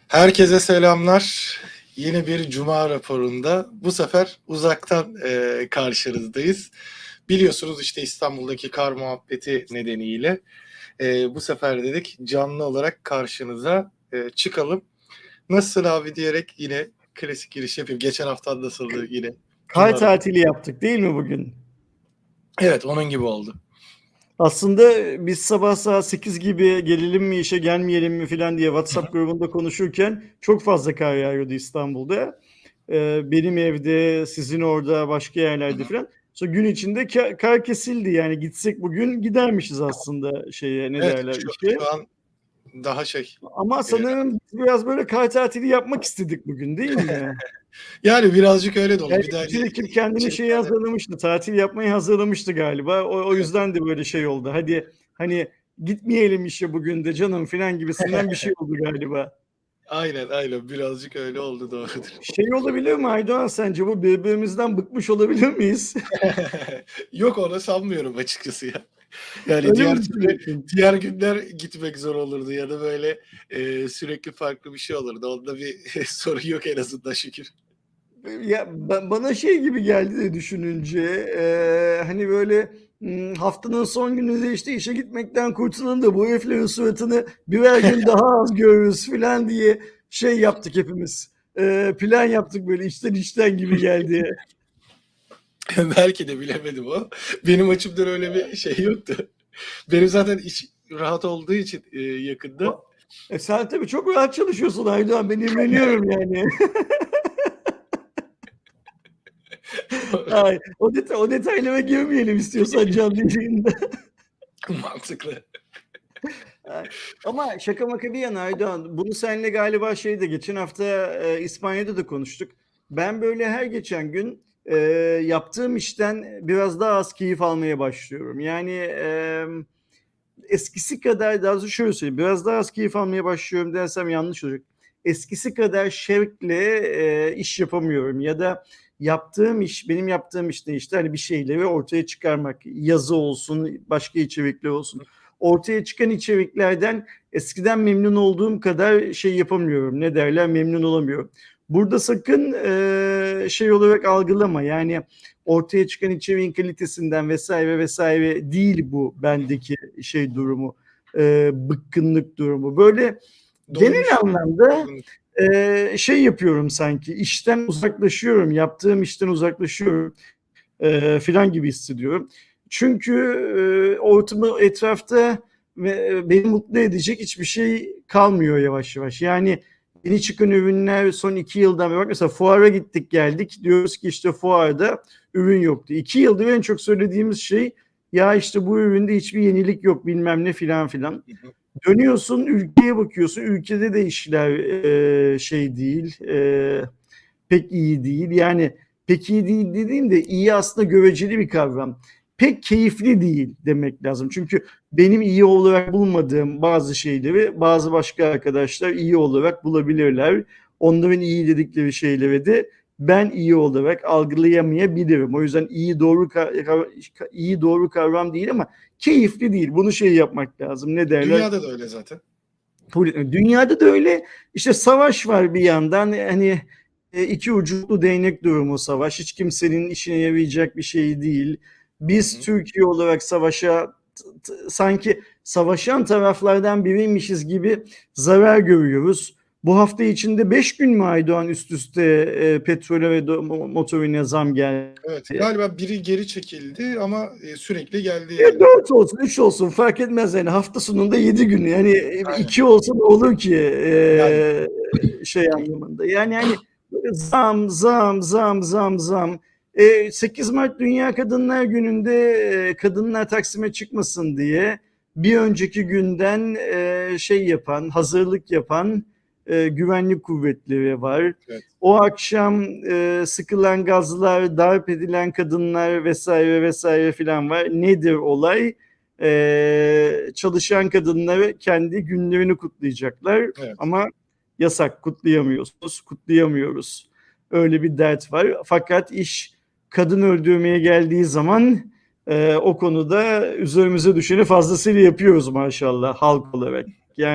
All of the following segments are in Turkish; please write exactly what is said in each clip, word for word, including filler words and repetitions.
Herkese selamlar. Yeni bir Cuma raporunda bu sefer uzaktan e, karşınızdayız. Biliyorsunuz işte İstanbul'daki kar muhabbeti nedeniyle e, bu sefer dedik canlı olarak karşınıza e, çıkalım. Nasılsın abi diyerek yine klasik giriş yapayım. Geçen hafta nasıldı yine? Kar Cuma raporu. tatili yaptık değil mi bugün? Evet, onun gibi oldu. Aslında biz sabah saat sekiz gibi gelelim mi işe gelmeyelim mi falan diye WhatsApp grubunda konuşurken çok fazla kar yağıyordu İstanbul'da. Ee, benim evde, sizin orada, başka yerlerde falan. Sonra gün içinde ka- kar kesildi, yani gitsek bugün gidermişiz aslında şeye, ne Evet, derler, şu, işe. şu an daha şey. Ama e, sanırım biz biraz böyle kar tatili yapmak istedik bugün, değil mi? Yani birazcık öyle de oldu. Yani Bir de hani bütün ekip kendini içinde şeye hazırlamıştı, tatil yapmayı hazırlamıştı galiba. O, o yüzden de böyle şey oldu. Hadi hani gitmeyelim işe bugün de canım falan gibisinden bir şey oldu galiba. aynen aynen birazcık öyle oldu, doğrudur. Şey olabilir mi Aydoğan, sence bu birbirimizden bıkmış olabilir miyiz? Yok, onu sanmıyorum açıkçası ya. Yani Öyle mi diğer türlü düşünüyorsun? diğer günler gitmek zor olurdu ya da böyle e, sürekli farklı bir şey olurdu. Onda bir sorun yok en azından, şükür. Ya ba- bana şey gibi geldi de düşününce, eee, hani böyle hmm, haftanın son günü de işte işe gitmekten kurtulalım da bu heriflerin suratını birer gün daha az görürüz falan diye şey yaptık hepimiz. Eee, plan yaptık, böyle içten içten gibi geldi. Belki de, bilemedim o. Benim açımdan öyle bir şey yoktu. Benim zaten iş rahat olduğu için e, yakında. E sen tabii çok rahat çalışıyorsun Aydoğan, ben imreniyorum yani. Ay, o, deta o detaylara girmeyelim istiyorsan canlı yayında. Mantıklı. Ay, ama şaka maka bir yana Aydoğan, bunu seninle galiba şeyde geçen hafta e, İspanya'da da konuştuk. Ben böyle her geçen gün e, yaptığım işten biraz daha az keyif almaya başlıyorum. Yani e, eskisi kadar, daha doğrusu şöyle söyleyeyim, biraz daha az keyif almaya başlıyorum dersem yanlış olacak. Eskisi kadar şevkle e, iş yapamıyorum ya da yaptığım iş, benim yaptığım işte işte hani bir şeyleri ortaya çıkarmak, yazı olsun, başka içerikler olsun. Ortaya çıkan içeriklerden eskiden memnun olduğum kadar şey yapamıyorum. Ne derler? Memnun olamıyorum. Burada sakın e, şey olarak algılama. Yani ortaya çıkan içeriğin kalitesinden vesaire vesaire değil bu bendeki şey durumu, e, bıkkınlık durumu. Böyle genel Doymuş. anlamda e, şey yapıyorum, sanki işten uzaklaşıyorum, yaptığım işten uzaklaşıyorum e, filan gibi hissediyorum. Çünkü e, ortamı, etrafta ve beni mutlu edecek hiçbir şey kalmıyor yavaş yavaş. Yani yeni çıkan ürünler son iki yıldan beri, bak mesela fuara gittik geldik, diyoruz ki işte fuarda ürün yoktu. İki yıldır en çok söylediğimiz şey, ya işte bu üründe hiçbir yenilik yok bilmem ne filan filan. Dönüyorsun ülkeye bakıyorsun, ülkede de işler e, şey değil, e, pek iyi değil. Yani pek iyi değil dediğimde iyi aslında göreceli bir kavram. Pek keyifli değil demek lazım. Çünkü benim iyi olarak bulmadığım bazı şeyleri bazı başka arkadaşlar iyi olarak bulabilirler. Onların iyi dedikleri şeyleri de ben iyi olarak algılayamayabilirim. O yüzden iyi doğru iyi doğru kavram değil ama keyifli değil. Bunu şey yapmak lazım. Ne derler? Dünyada da öyle zaten. Dünyada da öyle. İşte savaş var bir yandan. Hani e, iki uclu değnek durumu savaş. Hiç kimsenin işine yarayacak bir şey değil. Hı Biz hı. Türkiye olarak savaşa sanki savaşan taraflardan biriymişiz gibi zarar görüyoruz. Bu hafta içinde beş gün mü Aydoğan üst üste e, petrole ve motorine zam Evet, geldi? galiba biri geri çekildi ama e, sürekli geldi Ya yani. dört olsun, üç olsun fark etmez yani, hafta sonunda yedi gün, yani Aynen. iki olsa ne olur ki Yani e, şey anlamında. Yani hani böyle zam zam zam zam zam. E, sekiz Mart Dünya Kadınlar Günü'nde e, kadınlar Taksim'e çıkmasın diye bir önceki günden e, şey yapan, hazırlık yapan e, güvenlik kuvvetleri var. evet. O akşam e, sıkılan gazlar, darp edilen kadınlar vesaire vesaire filan var. Nedir olay? E, çalışan kadınları kendi günlerini kutlayacaklar Evet. ama yasak, kutlayamıyorsunuz, kutlayamıyoruz. Öyle bir dert var. Fakat iş kadın öldürmeye geldiği zaman e, o konuda üzerimize düşeni fazlasıyla yapıyoruz maşallah halk olarak. Yani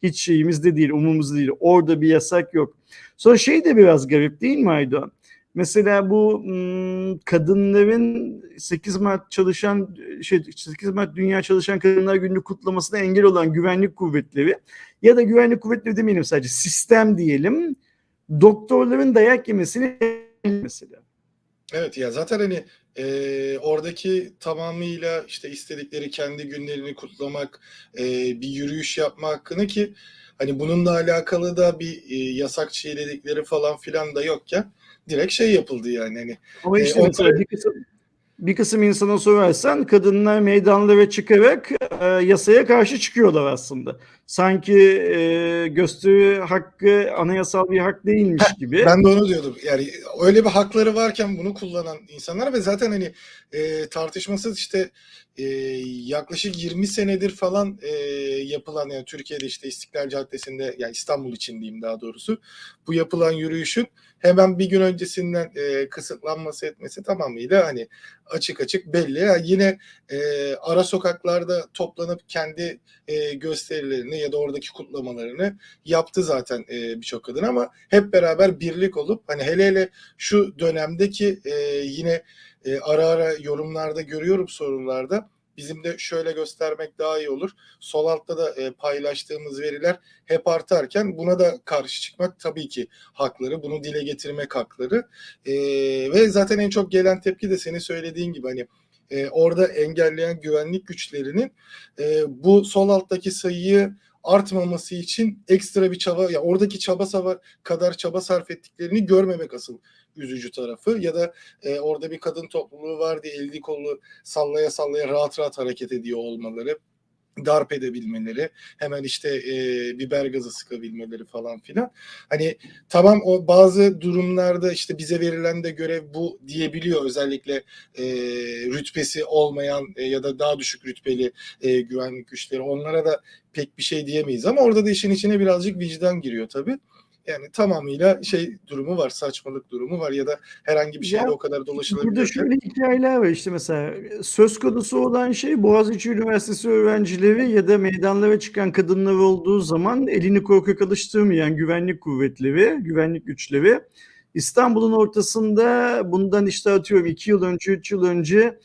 hiç şeyimizde değil, umumumuzda değil. Orada bir yasak yok. Sonra şey de biraz garip değil mi Aydoğan? Mesela bu hmm, kadınların sekiz Mart çalışan şey sekiz Mart Dünya Çalışan Kadınlar Günü kutlamasına engel olan güvenlik kuvvetleri ya da güvenlik kuvvetleri demeyelim, sadece sistem diyelim, doktorların dayak yemesini mesela. Evet ya zaten hani e, oradaki tamamıyla işte istedikleri kendi günlerini kutlamak, e, bir yürüyüş yapma hakkını, ki hani bununla alakalı da bir e, yasak çiğledikleri falan filan da yokken direkt şey yapıldı yani hani. Ama E, işte onları mesela bir kısım bir kısım insana sorarsan kadınlar meydanlara çıkarak e, yasaya karşı çıkıyorlar aslında. Sanki e, gösteri hakkı anayasal bir hak değilmiş gibi. Ben de onu diyordum. Yani öyle bir hakları varken bunu kullanan insanlar ve zaten hani e, tartışmasız işte e, yaklaşık yirmi senedir falan e, yapılan, yani Türkiye'de işte İstiklal Caddesi'nde, yani İstanbul için diyeyim daha doğrusu, bu yapılan yürüyüşün hemen bir gün öncesinden e, kısıtlanması etmesi tamamıyla hani açık açık belli. Yani yine e, ara sokaklarda toplanıp kendi e, gösterilerini ya da oradaki kutlamalarını yaptı zaten e, birçok kadın, ama hep beraber birlik olup hani hele hele şu dönemdeki e, yine e, ara ara yorumlarda görüyorum, sorularda bizim de şöyle göstermek daha iyi olur. Sol altta da e, paylaştığımız veriler hep artarken buna da karşı çıkmak tabii ki hakları, bunu dile getirmek hakları. E, ve zaten en çok gelen tepki de senin söylediğin gibi hani e, orada engelleyen güvenlik güçlerinin e, bu sol alttaki sayıyı artmaması için ekstra bir çaba, ya oradaki çaba sava kadar çaba sarf ettiklerini görmemek asıl üzücü tarafı. Ya da e, orada bir kadın topluluğu var diye elini kolunu sallaya sallaya rahat rahat hareket ediyor olmaları, darp edebilmeleri, hemen işte e, biber gazı sıkabilmeleri falan filan. Hani tamam, o bazı durumlarda işte bize verilen de görev bu diyebiliyor. Özellikle e, rütbesi olmayan e, ya da daha düşük rütbeli e, güvenlik güçleri. Onlara da pek bir şey diyemeyiz ama orada da işin içine birazcık vicdan giriyor tabii. Yani tamamıyla şey durumu var, saçmalık durumu var ya da herhangi bir Ya şeyde o kadar burada dolaşılabiliyorken. şöyle hikayeler var işte, mesela söz konusu olan şey Boğaziçi Üniversitesi öğrencileri ya da meydanlara çıkan kadınlar olduğu zaman elini korkak alıştırmayan güvenlik kuvvetleri, güvenlik güçleri İstanbul'un ortasında bundan işte atıyorum iki yıl önce, üç yıl önce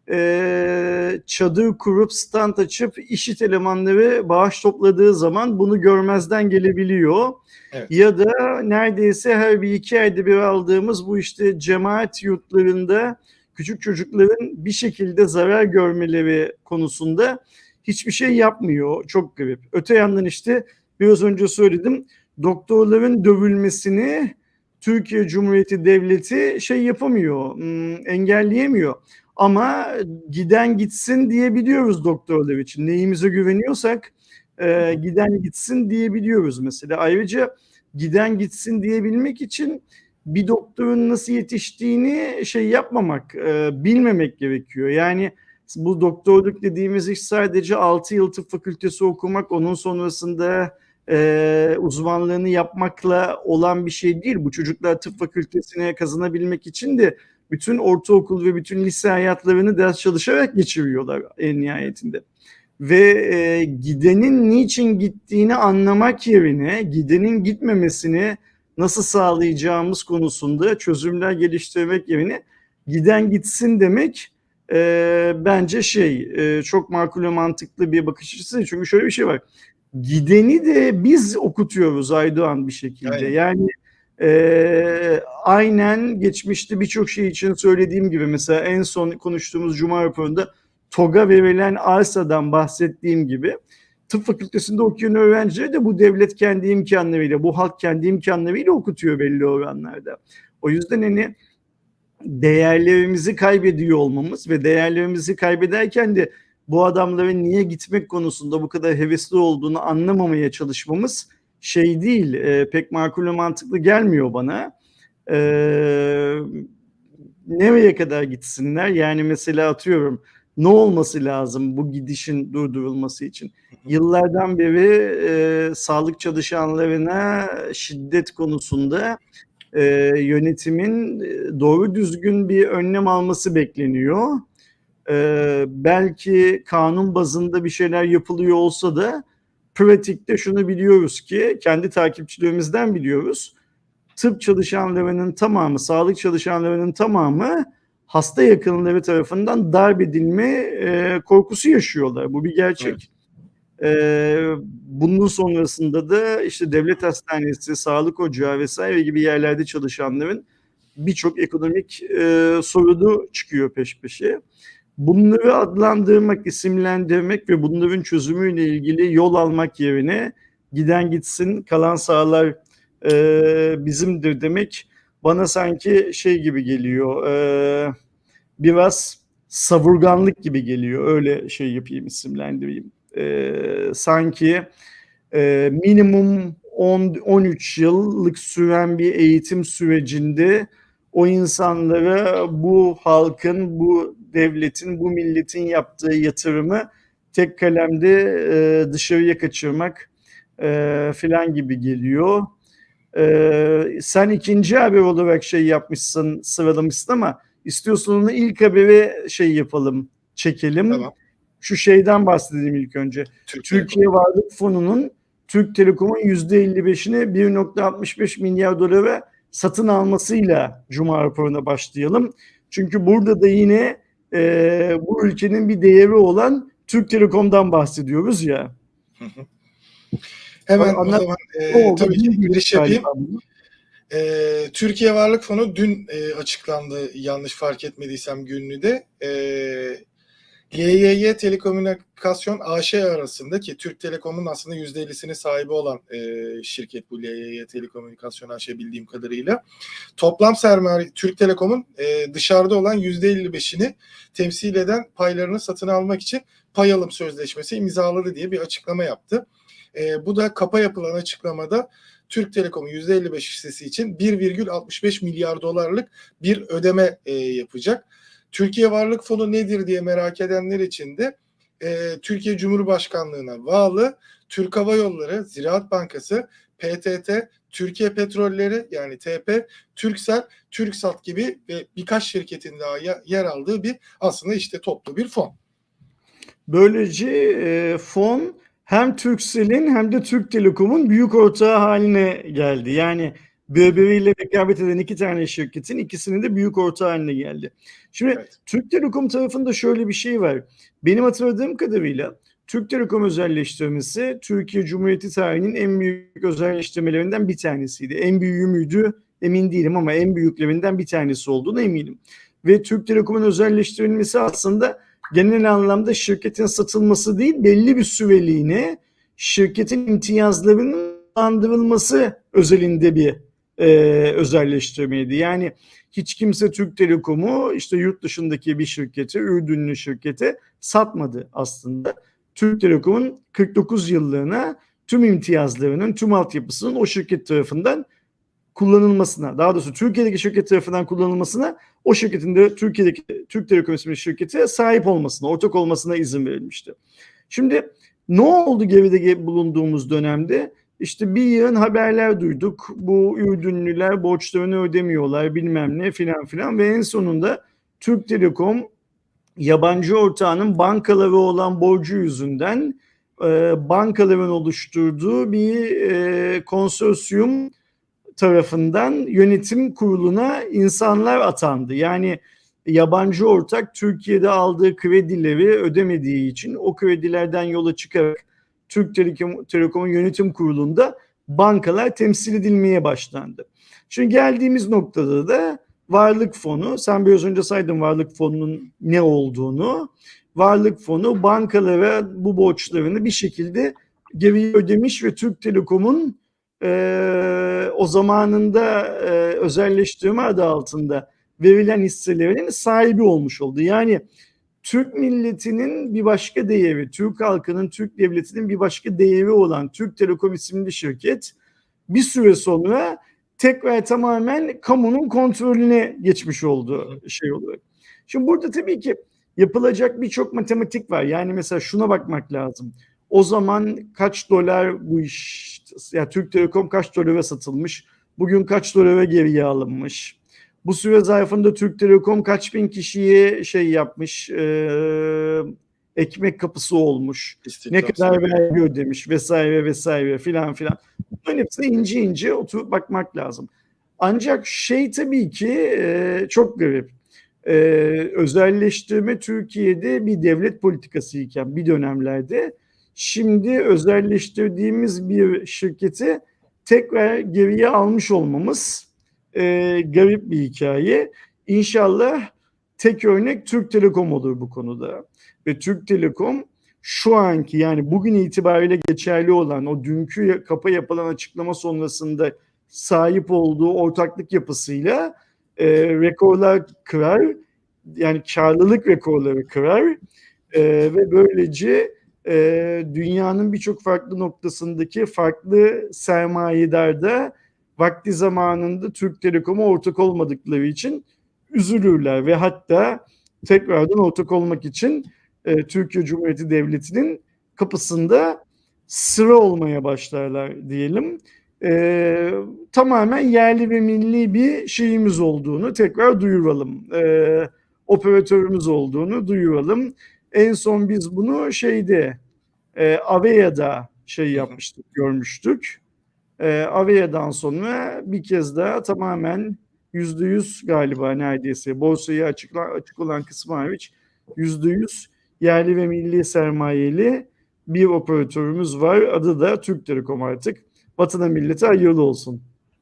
e, çadır kurup stand açıp IŞİD elemanları bağış topladığı zaman bunu görmezden gelebiliyor. Evet. Ya da neredeyse her bir iki ayda bir aldığımız bu işte cemaat yurtlarında küçük çocukların bir şekilde zarar görmeleri konusunda hiçbir şey yapmıyor. Çok garip. Öte yandan işte biraz önce söyledim, doktorların dövülmesini Türkiye Cumhuriyeti Devleti şey yapamıyor, engelleyemiyor. Ama giden gitsin diyebiliyoruz doktorlar için. Neyimize güveniyorsak e, giden gitsin diyebiliyoruz mesela. Ayrıca giden gitsin diyebilmek için bir doktorun nasıl yetiştiğini şey yapmamak, e, bilmemek gerekiyor. Yani bu doktorluk dediğimiz iş sadece altı yıl tıp fakültesi okumak, onun sonrasında e, uzmanlığını yapmakla olan bir şey değil. Bu çocuklar tıp fakültesine kazanabilmek için de bütün ortaokul ve bütün lise hayatlarını ders çalışarak geçiriyorlar en nihayetinde. Ve e, gidenin niçin gittiğini anlamak yerine gidenin gitmemesini nasıl sağlayacağımız konusunda çözümler geliştirmek yerine giden gitsin demek e, bence şey e, çok makul ve mantıklı bir bakış açısı. Çünkü şöyle bir şey var. Gideni de biz okutuyoruz Aydoğan bir şekilde. Aynen. Yani e, aynen geçmişte birçok şey için söylediğim gibi, mesela en son konuştuğumuz Cuma raporunda TOG'a verilen arsadan bahsettiğim gibi tıp fakültesinde okuyan öğrencileri de bu devlet kendi imkanlarıyla, bu halk kendi imkanlarıyla okutuyor belli oranlarda. O yüzden hani değerlerimizi kaybediyor olmamız ve değerlerimizi kaybederken de bu adamların niye gitmek konusunda bu kadar hevesli olduğunu anlamamaya çalışmamız şey değil, e, pek makul ve mantıklı gelmiyor bana. E, nereye kadar gitsinler? Yani mesela atıyorum, ne olması lazım bu gidişin durdurulması için? Yıllardan beri e, sağlık çalışanlarına şiddet konusunda e, yönetimin doğru düzgün bir önlem alması bekleniyor. E, belki kanun bazında bir şeyler yapılıyor olsa da pratikte şunu biliyoruz ki, kendi takipçilerimizden biliyoruz. Tıp çalışanlarının tamamı, sağlık çalışanlarının tamamı hasta yakınları tarafından darp edilme e, korkusu yaşıyorlar. Bu bir gerçek. Evet. E, bunun sonrasında da işte devlet hastanesi, sağlık ocağı vesaire gibi yerlerde çalışanların birçok ekonomik e, sorunu çıkıyor peş peşe. Bunları adlandırmak, isimlendirmek ve bunların çözümüyle ilgili yol almak yerine giden gitsin, kalan sahalar e, bizimdir demek bana sanki şey gibi geliyor, e, biraz savurganlık gibi geliyor. Öyle şey yapayım, isimlendireyim. E, sanki e, minimum on on üç yıllık süren bir eğitim sürecinde o insanlara bu halkın, bu devletin, bu milletin yaptığı yatırımı tek kalemde e, dışarıya kaçırmak e, filan gibi geliyor. E, sen ikinci haber olarak şey yapmışsın, sıralamışsın ama istiyorsan onu ilk haberi şey yapalım, çekelim. Tamam. Şu şeyden bahsedelim ilk önce. Türk Türkiye Varlık Fonu'nun Türk Telekom'un yüzde elli beşini bir nokta altmış beş milyar dolara satın almasıyla Cuma raporuna başlayalım. Çünkü burada da yine e, bu ülkenin bir değeri olan Türk Telekom'dan bahsediyoruz ya. Hı hı. Hemen Anlat, o zaman e, tabii ki giriş yapayım. E, Türkiye Varlık Fonu dün e, açıklandı, yanlış fark etmediysem günlüğü de. E, L Y Y Telekomünikasyon A Ş arasında, ki Türk Telekom'un aslında yüzde ellisini sahibi olan e, şirket bu L Y Y Telekomünikasyon A Ş bildiğim kadarıyla. Toplam sermaye Türk Telekom'un e, dışarıda olan yüzde elli beşini temsil eden paylarını satın almak için pay alım sözleşmesi imzaladı diye bir açıklama yaptı. E, bu da kapa yapılan açıklamada Türk Telekom'un yüzde elli beş hissesi için bir virgül altmış beş milyar dolarlık bir ödeme e, yapacak. Türkiye Varlık Fonu nedir diye merak edenler için de e, Türkiye Cumhurbaşkanlığına bağlı Türk Hava Yolları, Ziraat Bankası, P T T, Türkiye Petrolleri yani T P, Turkcell, Turksat gibi ve birkaç şirketin daha yer aldığı bir aslında işte toplu bir fon. Böylece e, fon hem Turkcell'in hem de Türk Telekom'un büyük ortağı haline geldi. Yani birbiriyle rekabet eden iki tane şirketin ikisinin de büyük ortağı haline geldi. Şimdi evet. Türk Telekom tarafında şöyle bir şey var. Benim hatırladığım kadarıyla Türk Telekom özelleştirmesi Türkiye Cumhuriyeti tarihinin en büyük özelleştirmelerinden bir tanesiydi. En büyüğü müydü emin değilim ama en büyüklerinden bir tanesi olduğunu eminim. Ve Türk Telekom'un özelleştirilmesi aslında genel anlamda şirketin satılması değil, belli bir süreliğine şirketin imtiyazlarının kullandırılması özelinde bir e, özelleştirmeydi. Yani hiç kimse Türk Telekom'u işte yurt dışındaki bir şirkete, Ürdünlü şirkete satmadı aslında. Türk Telekom'un kırk dokuz yıllığına tüm imtiyazlarının, tüm altyapısının o şirket tarafından kullanılmasına, daha doğrusu Türkiye'deki şirket tarafından kullanılmasına, o şirketin de Türkiye'deki Türk Telekom isimli şirkete sahip olmasına, ortak olmasına izin verilmişti. Şimdi ne oldu geride bulunduğumuz dönemde? İşte bir yığın haberler duyduk. Bu Ürdünlüler borçlarını ödemiyorlar bilmem ne filan filan ve en sonunda Türk Telekom yabancı ortağının bankaları olan borcu yüzünden e, bankaların oluşturduğu bir e, konsorsiyum tarafından yönetim kuruluna insanlar atandı. Yani yabancı ortak Türkiye'de aldığı kredileri ödemediği için o kredilerden yola çıkarak Türk Telekom, Telekom'un yönetim kurulunda bankalar temsil edilmeye başlandı. Şimdi geldiğimiz noktada da Varlık Fonu, sen biraz önce saydın Varlık Fonu'nun ne olduğunu. Varlık Fonu bankalara bu borçlarını bir şekilde geri ödemiş ve Türk Telekom'un Ee, o zamanında e, özelleştirme adı altında verilen hisselerinin sahibi olmuş oldu. Yani Türk milletinin bir başka değeri, Türk halkının, Türk devletinin bir başka değeri olan Türk Telekom isimli şirket bir süre sonra tekrar tamamen kamunun kontrolüne geçmiş oldu şey olarak. Şimdi burada tabii ki yapılacak birçok matematik var. Yani mesela şuna bakmak lazım. O zaman kaç dolar bu iş, yani Türk Telekom kaç dolara satılmış, bugün kaç dolara geriye alınmış. Bu süre zarfında Türk Telekom kaç bin kişiye şey yapmış, e, ekmek kapısı olmuş. Ne İstihdam kadar sağlayacak. vergi ödemiş vesaire vesaire filan filan. Bunların hepsine ince ince oturup bakmak lazım. Ancak şey tabii ki e, çok garip. E, özelleştirme Türkiye'de bir devlet politikası iken bir dönemlerde, şimdi özelleştirdiğimiz bir şirketi tekrar geriye almış olmamız e, garip bir hikaye. İnşallah tek örnek Türk Telekom olur bu konuda. Ve Türk Telekom şu anki, yani bugün itibariyle geçerli olan o dünkü kapa yapılan açıklama sonrasında sahip olduğu ortaklık yapısıyla e, rekorlar kırar. Yani karlılık rekorları kırar e, ve böylece e, dünyanın birçok farklı noktasındaki farklı sermayedar da vakti zamanında Türk Telekom'a ortak olmadıkları için üzülürler ve hatta tekrardan ortak olmak için e, Türkiye Cumhuriyeti Devleti'nin kapısında sıra olmaya başlarlar diyelim. E, tamamen yerli ve milli bir şeyimiz olduğunu tekrar duyuralım. E, operatörümüz olduğunu duyuralım. En son biz bunu şeyde e, Avea'da şey yapmıştık, görmüştük. E, Avea'dan sonra bir kez daha tamamen yüzde yüz galiba neredeyse borsayı açık, açık olan kısmı hariç yüzde yüz yerli ve milli sermayeli bir operatörümüz var. Adı da Türk Telekom artık. Vatana millete hayırlı olsun.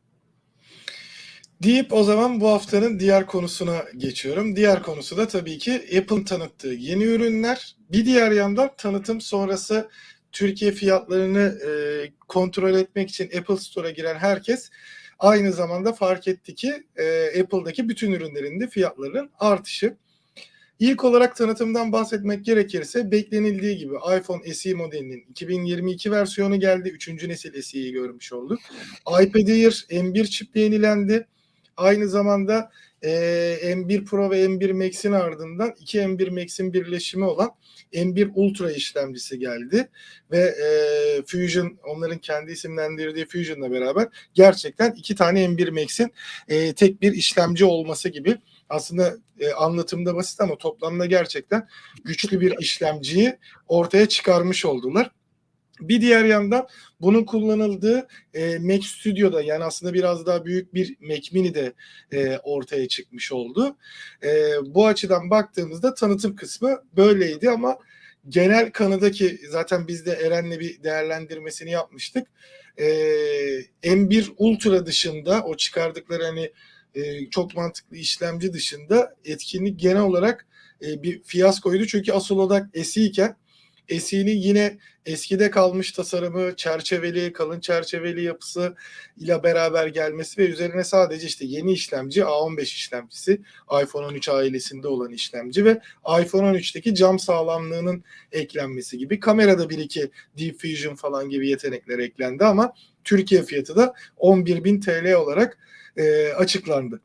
Deyip o zaman bu haftanın diğer konusuna geçiyorum. Diğer konusu da tabii ki Apple'ın tanıttığı yeni ürünler. Bir diğer yandan tanıtım sonrası Türkiye fiyatlarını e, kontrol etmek için Apple Store'a giren herkes aynı zamanda fark etti ki e, Apple'daki bütün ürünlerin de fiyatlarının artışı. İlk olarak tanıtımdan bahsetmek gerekirse beklenildiği gibi iPhone S E modelinin iki bin yirmi iki versiyonu geldi. Üçüncü nesil S E'yi görmüş olduk. iPad Air M bir çiple yenilendi. Aynı zamanda e, M bir Pro ve M bir Max'in ardından iki M bir Max'in birleşimi olan M bir Ultra işlemcisi geldi. Ve e, Fusion, onların kendi isimlendirdiği Fusion'la beraber gerçekten iki tane M bir Max'in e, tek bir işlemci olması gibi. Aslında e, anlatımda basit ama toplamda gerçekten güçlü bir işlemciyi ortaya çıkarmış oldular. Bir diğer yandan bunun kullanıldığı e, Mac Studio'da, yani aslında biraz daha büyük bir Mac Mini de e, ortaya çıkmış oldu. E, bu açıdan baktığımızda tanıtım kısmı böyleydi ama genel kanıdaki, zaten biz de Eren'le bir değerlendirmesini yapmıştık. E, M bir Ultra dışında, o çıkardıkları hani e, çok mantıklı işlemci dışında etkinlik genel olarak e, bir fiyaskoydu. Çünkü asıl odak S E iken S E'nin yine eskide kalmış tasarımı, çerçeveli, kalın çerçeveli yapısı ile beraber gelmesi ve üzerine sadece işte yeni işlemci A on beş işlemcisi, iPhone on üç ailesinde olan işlemci ve iPhone on üçteki cam sağlamlığının eklenmesi gibi, kamerada bir iki Deep Fusion falan gibi yetenekler eklendi ama Türkiye fiyatı da on bir bin T L olarak e, açıklandı.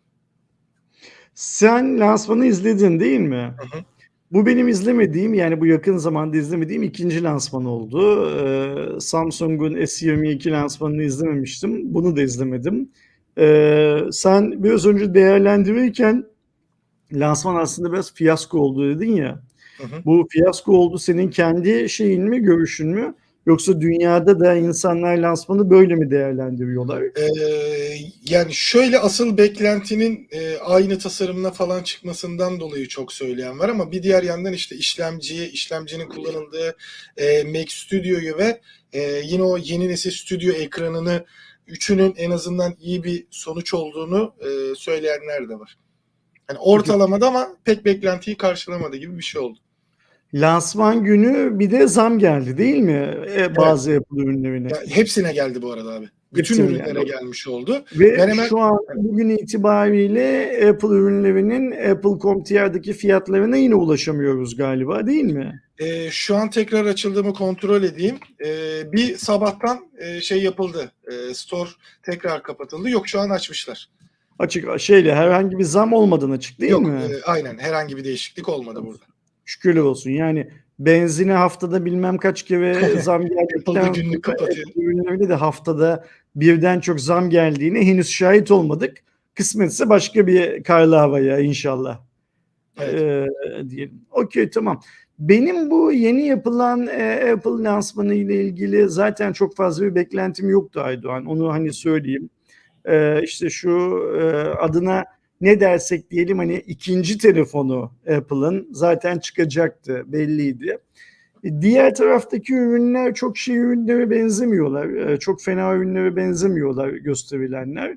Sen lansmanı izledin değil mi? Hı hı. Bu benim izlemediğim, yani bu yakın zamanda izlemediğim ikinci lansman oldu. Ee, Samsung'un S yirmi iki lansmanını izlememiştim. Bunu da izlemedim. Ee, sen biraz önce değerlendirirken lansman aslında biraz fiyasko oldu dedin ya. Hı hı. Bu fiyasko oldu senin kendi şeyin mi, görüşün mü? Yoksa dünyada da insanlar lansmanı böyle mi değerlendiriyorlar? Ee, yani şöyle, asıl beklentinin e, aynı tasarımla falan çıkmasından dolayı çok söyleyen var ama bir diğer yandan işte işlemciyi, işlemcinin kullanıldığı e, Mac Studio'yu ve e, yine o yeni nesil stüdyo ekranını, üçünün en azından iyi bir sonuç olduğunu e, söyleyenler de var. Yani ortalamada ama pek beklentiyi karşılamadı gibi bir şey oldu. Lansman günü bir de zam geldi değil mi? E, bazı evet. Apple ürünlerine. Ya, hepsine geldi bu arada abi. Bütün Hepsine ürünlere geldi. gelmiş oldu. Ve ben hemen... şu an bugün itibariyle Apple ürünlerinin Apple nokta com nokta tr'deki fiyatlarına yine ulaşamıyoruz galiba değil mi? Ee, şu an tekrar açıldığımı kontrol edeyim. Ee, bir sabahtan e, şey yapıldı. E, store tekrar kapatıldı. Yok, şu an açmışlar. Açık şeyle herhangi bir zam olmadan açık değil Yok, mi? E, aynen, herhangi bir değişiklik olmadı burada. Şükürler olsun. Yani benzine haftada bilmem kaç kere zam geldikten günlük kapatıyor. Ürünlerinde de haftada birden çok zam geldiğine henüz şahit olmadık. Kısmetse başka bir karlı havaya inşallah. Evet. Ee, diyelim. Okey, tamam. Benim bu yeni yapılan e, Apple lansmanı ile ilgili zaten çok fazla bir beklentim yoktu Aydoğan. Onu hani söyleyeyim. E, işte şu e, adına ne dersek diyelim hani ikinci telefonu Apple'ın zaten çıkacaktı, belliydi. Diğer taraftaki ürünler çok şey ürünlere benzemiyorlar. Çok fena ürünlere benzemiyorlar gösterilenler.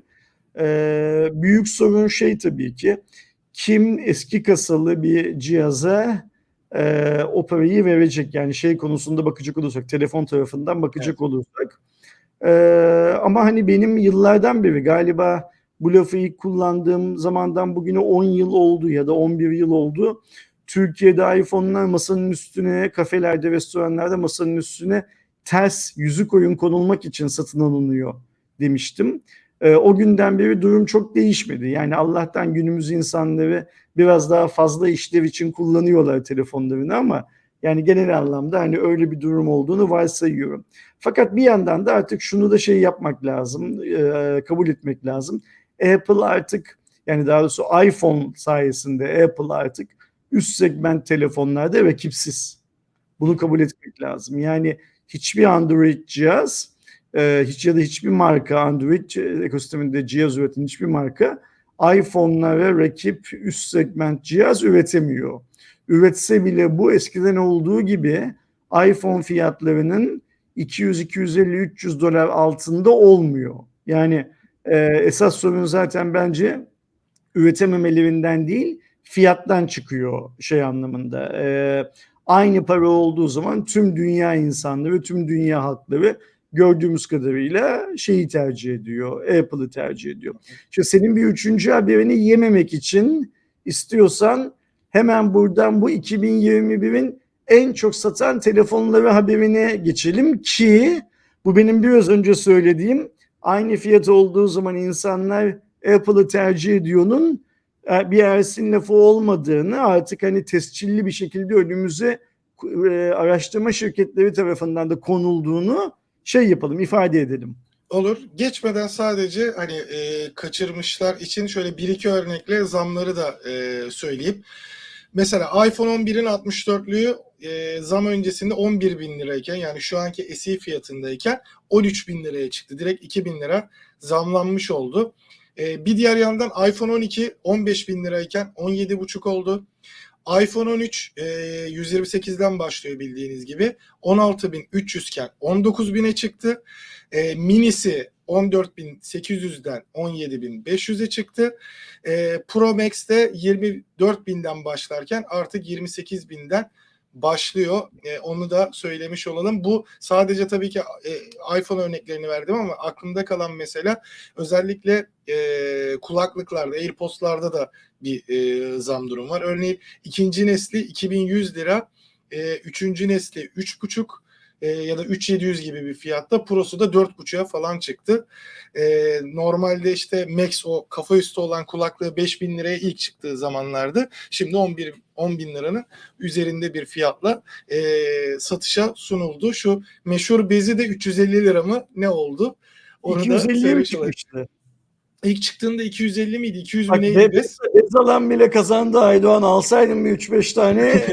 Ee, büyük sorun şey tabii ki kim eski kasalı bir cihaza e, o parayı verecek? Yani şey konusunda bakacak olursak, telefon tarafından bakacak evet. olursak. Ee, ama hani benim yıllardan beri galiba bu lafı ilk kullandığım zamandan bugüne on yıl oldu ya da on bir yıl oldu. Türkiye'de iPhone'lar masanın üstüne, kafelerde, restoranlarda masanın üstüne ters yüzük oyun konulmak için satın alınıyor demiştim. Ee, o günden beri durum çok değişmedi. Yani Allah'tan günümüz insanları biraz daha fazla işlev için kullanıyorlar telefonlarını ama yani genel anlamda hani öyle bir durum olduğunu varsayıyorum. Fakat bir yandan da artık şunu da şey yapmak lazım, e, kabul etmek lazım. Apple artık yani daha doğrusu iPhone sayesinde Apple artık üst segment telefonlarda rakipsiz. Bunu kabul etmek lazım. Yani hiçbir Android cihaz, e, hiç ya da hiçbir marka Android ekosisteminde cihaz üreten hiçbir marka iPhone'lara rakip üst segment cihaz üretemiyor. Üretse bile bu eskiden olduğu gibi iPhone fiyatlarının iki yüz iki yüz elli üç yüz dolar altında olmuyor. Yani e, esas sorun zaten bence üretememelerinden değil, fiyattan çıkıyor şey anlamında. Ee, aynı para olduğu zaman tüm dünya insanları, tüm dünya halkları gördüğümüz kadarıyla şeyi tercih ediyor, Apple'ı tercih ediyor. İşte senin bir üçüncü haberini yememek için istiyorsan hemen buradan bu iki bin yirmi birin en çok satan telefonları haberine geçelim ki bu benim biraz önce söylediğim aynı fiyat olduğu zaman insanlar Apple'ı tercih ediyor'nun bir Ersin lafı olmadığını artık hani tescilli bir şekilde önümüze e, araştırma şirketleri tarafından da konulduğunu şey yapalım, ifade edelim. Olur. Geçmeden sadece hani e, kaçırmışlar için şöyle bir iki örnekle zamları da e, söyleyeyim. Mesela iPhone on birin altmış dörtlüğü e, zam öncesinde on bir bin lirayken yani şu anki S E fiyatındayken on üç bin liraya çıktı. Direkt iki bin lira zamlanmış oldu. E, bir diğer yandan iPhone on iki on beş bin lirayken on yedi buçuk oldu. iPhone on üç e, yüz yirmi sekizden başlıyor bildiğiniz gibi. on altı bin üç yüz iken on dokuz bine çıktı. E, minisi on dört bin sekiz yüzden on yedi bin beş yüze çıktı. E, Pro Max'te yirmi dört binden başlarken artık yirmi sekiz binden başlıyor. E, onu da söylemiş olalım. Bu sadece tabii ki e, iPhone örneklerini verdim ama aklımda kalan mesela özellikle e, kulaklıklarda, AirPods'larda da bir e, zam durum var. Örneğin ikinci nesli iki bin yüz lira, e, üçüncü nesli üç buçuk e, ya da üç bin yedi yüz gibi bir fiyatta. Pro'su da dört buçuğa falan çıktı. E, normalde işte Max o kafa üstü olan kulaklığı beş bin liraya ilk çıktığı zamanlardı. Şimdi on bir on bin liranın üzerinde bir fiyatla e, satışa sunuldu. Şu meşhur bezi de üç yüz elli lira mı ne oldu? Onu iki yüz elliye mi çıkmıştı? İlk çıktığında iki yüz elli miydi? iki yüz Bak, bineydi bez. Bez alan bile kazandı Aydoğan. Alsaydın bir üç beş tane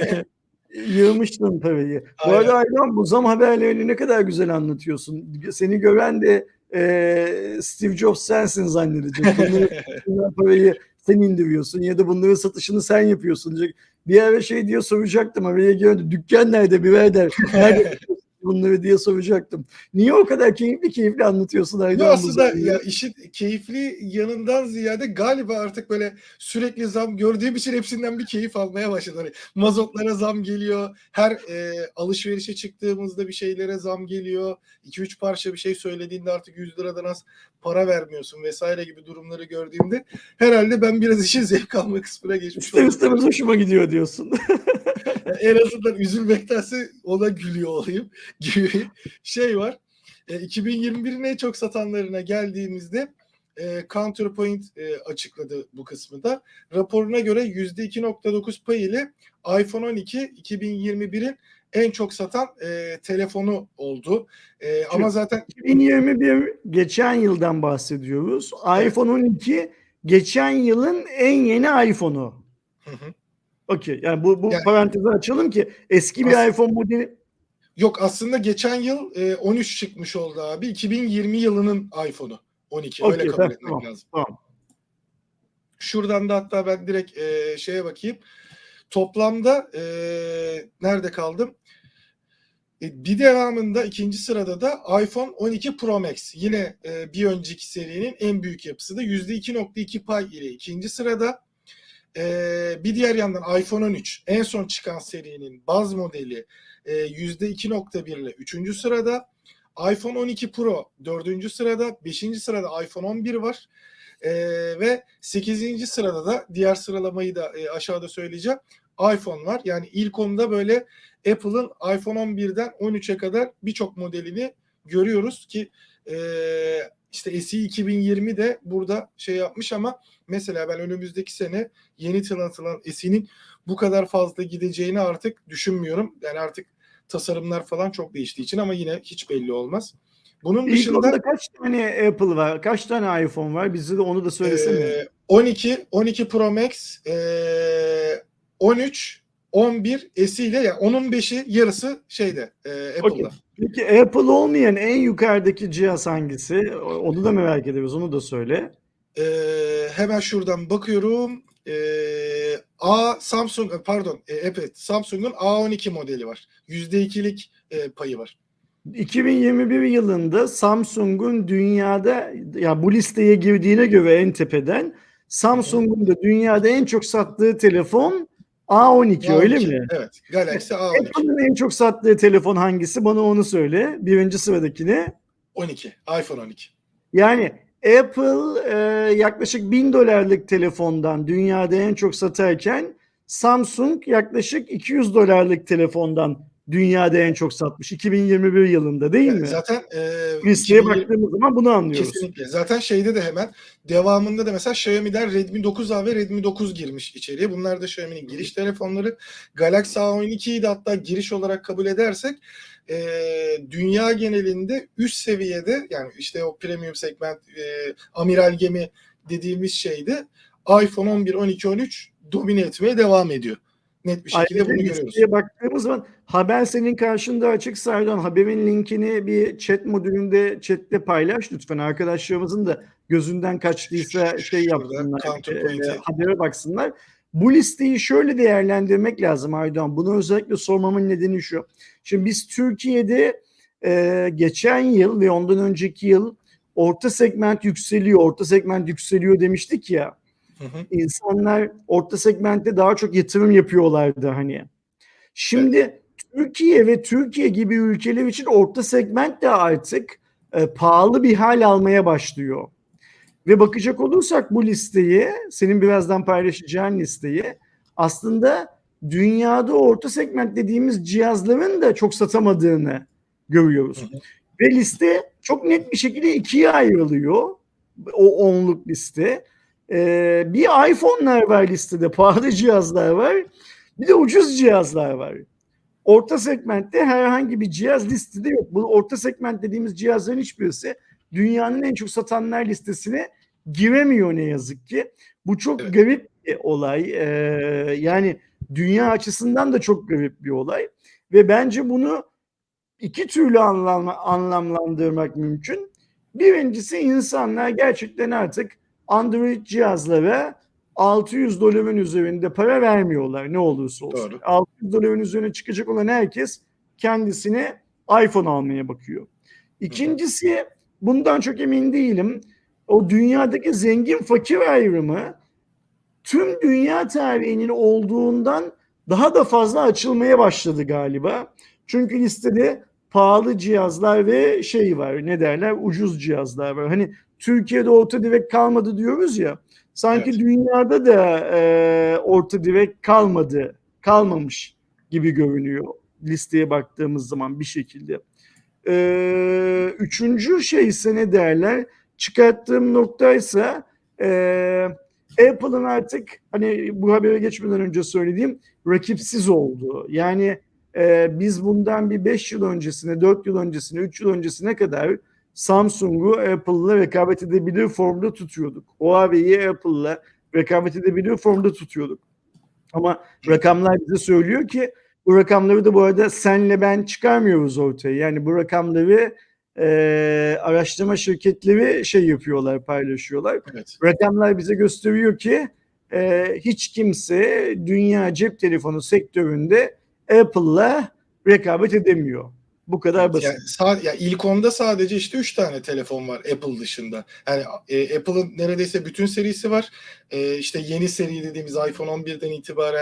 yığmıştın parayı. Bu arada Aydoğan bu zam haberlerini ne kadar güzel anlatıyorsun. Seni gören de e, Steve Jobs sensin zannedecek. Bunları parayı sen indiriyorsun ya da bunların satışını sen yapıyorsun diyecek. Bir ara şey diye soracaktım. Araya girdi. Dükkan nerede birader? Nerede bunları diye soracaktım. Niye o kadar keyifli keyifli anlatıyorsun Aydoğan? Aslında ya işin keyifli yanından ziyade galiba artık böyle sürekli zam gördüğüm için hepsinden bir keyif almaya başladım. Hani mazotlara zam geliyor. Her e, alışverişe çıktığımızda bir şeylere zam geliyor. iki üç parça bir şey söylediğinde artık yüz liradan az para vermiyorsun vesaire gibi durumları gördüğümde herhalde ben biraz işin zevk alma kısmına geçmiş İster istemez hoşuma gidiyor diyorsun. En azından üzülmektense ona gülüyor olayım gibi şey var. E, iki bin yirmi birin en çok satanlarına geldiğimizde e, Counterpoint e, açıkladı bu kısmı da. Raporuna göre yüzde iki nokta dokuz pay ile iPhone on iki iki bin yirmi birin en çok satan e, telefonu oldu. E, ama zaten iki bin yirmi bir geçen yıldan bahsediyoruz. Evet. iPhone on iki geçen yılın en yeni iPhone'u. Hı hı. Okey. Yani bu, bu Yani, parantezi açalım ki eski bir as- iPhone modeli. yok aslında geçen yıl e, on üç çıkmış oldu abi. iki bin yirmi yılının iPhone'u on iki. Öyle Okey, kabul tamam, etmek tamam. lazım. Tamam. Şuradan da hatta ben direkt e, şeye bakayım. Toplamda e, nerede kaldım? E, bir devamında ikinci sırada da iPhone on iki Pro Max. Yine e, bir önceki serinin en büyük yapısı da yüzde iki nokta iki pay ile ikinci sırada. E, bir diğer yandan iPhone on üç en son çıkan serinin baz modeli e, yüzde iki nokta bir ile üçüncü sırada. iPhone on iki Pro dördüncü sırada. beşinci sırada iPhone on bir var. E, ve sekizinci sırada da diğer sıralamayı da e, aşağıda söyleyeceğim. iPhone var. Yani ilk onda böyle Apple'ın iPhone on birden on üçe kadar birçok modelini görüyoruz ki e, işte S E iki bin yirmi de burada şey yapmış ama mesela ben önümüzdeki sene yeni tanıtılan S E'nin bu kadar fazla gideceğini artık düşünmüyorum. Yani artık tasarımlar falan çok değiştiği için ama yine hiç belli olmaz. Bunun İlk dışında onda kaç tane Apple var? Kaç tane iPhone var? Bize de onu da söylesene. e, on iki, on iki Pro Max, e, on üç, on bir S E ile yani onun beşi yarısı şeyde e, Okey. Apple'da. Peki Apple olmayan en yukarıdaki cihaz hangisi? Onu da merak ediyoruz. Onu da söyle. E, hemen şuradan bakıyorum. E, A Samsung pardon e, evet Samsung'un A on iki modeli var. yüzde ikilik e, payı var. iki bin yirmi bir yılında Samsung'un dünyada, ya bu listeye girdiğine göre en tepeden, Samsung'un da dünyada en çok sattığı telefon A on iki, öyle A on iki. mi? Evet. Galaxy A on iki. Apple'ın en çok sattığı telefon hangisi? Bana onu söyle. Birinci sıradakini. on iki. iPhone on iki. Yani Apple e, yaklaşık bin dolarlık telefondan dünyada en çok satarken Samsung yaklaşık iki yüz dolarlık telefondan dünyada en çok satmış. iki bin yirmi bir yılında, değil Yani mi? zaten e, Listeye iki bin yirmi baktığımız zaman bunu anlıyoruz. kesinlikle. Zaten şeyde de hemen devamında da mesela Xiaomi'den Redmi dokuz A ve Redmi dokuz girmiş içeriye. Bunlar da Xiaomi'nin giriş telefonları. Galaxy A on ikiyi de hatta giriş olarak kabul edersek e, dünya genelinde üst seviyede yani işte o premium segment e, amiral gemi dediğimiz şeyde iPhone on bir, on iki, on üç domine etmeye devam ediyor. Net bir şekilde Ayrıca bunu görüyoruz. listeye baktığımız zaman haber senin karşında açık Serdan. Haberin linkini bir chat modülünde chatte paylaş lütfen. Arkadaşlarımızın da gözünden kaçtıysa şey Şurada yapsınlar, e, counterpoint'i habere baksınlar. Bu listeyi şöyle değerlendirmek lazım Aydoğan. Bunu özellikle sormamın nedeni şu. Şimdi biz Türkiye'de e, geçen yıl ve ondan önceki yıl orta segment yükseliyor, orta segment yükseliyor demiştik ya. Hı hı. İnsanlar orta segmentte daha çok yatırım yapıyorlardı hani. Şimdi evet. Türkiye ve Türkiye gibi ülkeler için orta segment de artık e, pahalı bir hal almaya başlıyor. Ve bakacak olursak bu listeyi, senin birazdan paylaşacağın listeyi, aslında dünyada orta segment dediğimiz cihazların da çok satamadığını görüyoruz. Hı hı. Ve liste çok net bir şekilde ikiye ayrılıyor. O onluk liste. Ee, bir iPhone'lar var listede, pahalı cihazlar var. Bir de ucuz cihazlar var. Orta segmentte herhangi bir cihaz listede yok. Bu orta segment dediğimiz cihazların hiçbirisi dünyanın en çok satanlar listesine giremiyor ne yazık ki. Bu çok evet. garip bir olay. Ee, yani dünya açısından da çok garip bir olay. Ve bence bunu iki türlü anlam anlamlandırmak mümkün. Birincisi, insanlar gerçekten artık Android cihazlara altı yüz doların üzerinde para vermiyorlar ne olursa olsun. Doğru. altı yüz doların üzerine çıkacak olan herkes kendisine iPhone almaya bakıyor. İkincisi, bundan çok emin değilim. O dünyadaki zengin fakir ayrımı tüm dünya tarihinin olduğundan daha da fazla açılmaya başladı galiba. Çünkü listede pahalı cihazlar ve şey var, ne derler, ucuz cihazlar var. Hani Türkiye'de orta direk kalmadı diyoruz ya. Sanki evet. Dünyada da e, orta direk kalmadı, kalmamış gibi görünüyor listeye baktığımız zaman bir şekilde. E, üçüncü şey ise ne derler? Çıkarttığım noktaysa e, Apple'ın artık, hani bu habere geçmeden önce söylediğim, rakipsiz olduğu. Yani e, biz bundan bir beş yıl öncesine, dört yıl öncesine, üç yıl öncesine kadar Samsung'u Apple'la rekabet edebilir formda tutuyorduk. Huawei'yi Apple'la rekabet edebilir formda tutuyorduk. Ama rakamlar bize söylüyor ki, bu rakamları da bu arada senle ben çıkarmıyoruz ortaya. Yani bu rakamları e, araştırma şirketleri şey yapıyorlar, paylaşıyorlar. Evet. Rakamlar bize gösteriyor ki e, hiç kimse dünya cep telefonu sektöründe Apple'la rekabet edemiyor. Bu kadar Evet, basit. yani sa- ya ilk onda sadece işte üç tane telefon var Apple dışında. Yani e, Apple'ın neredeyse bütün serisi var. E, işte yeni seri dediğimiz iPhone on birden itibaren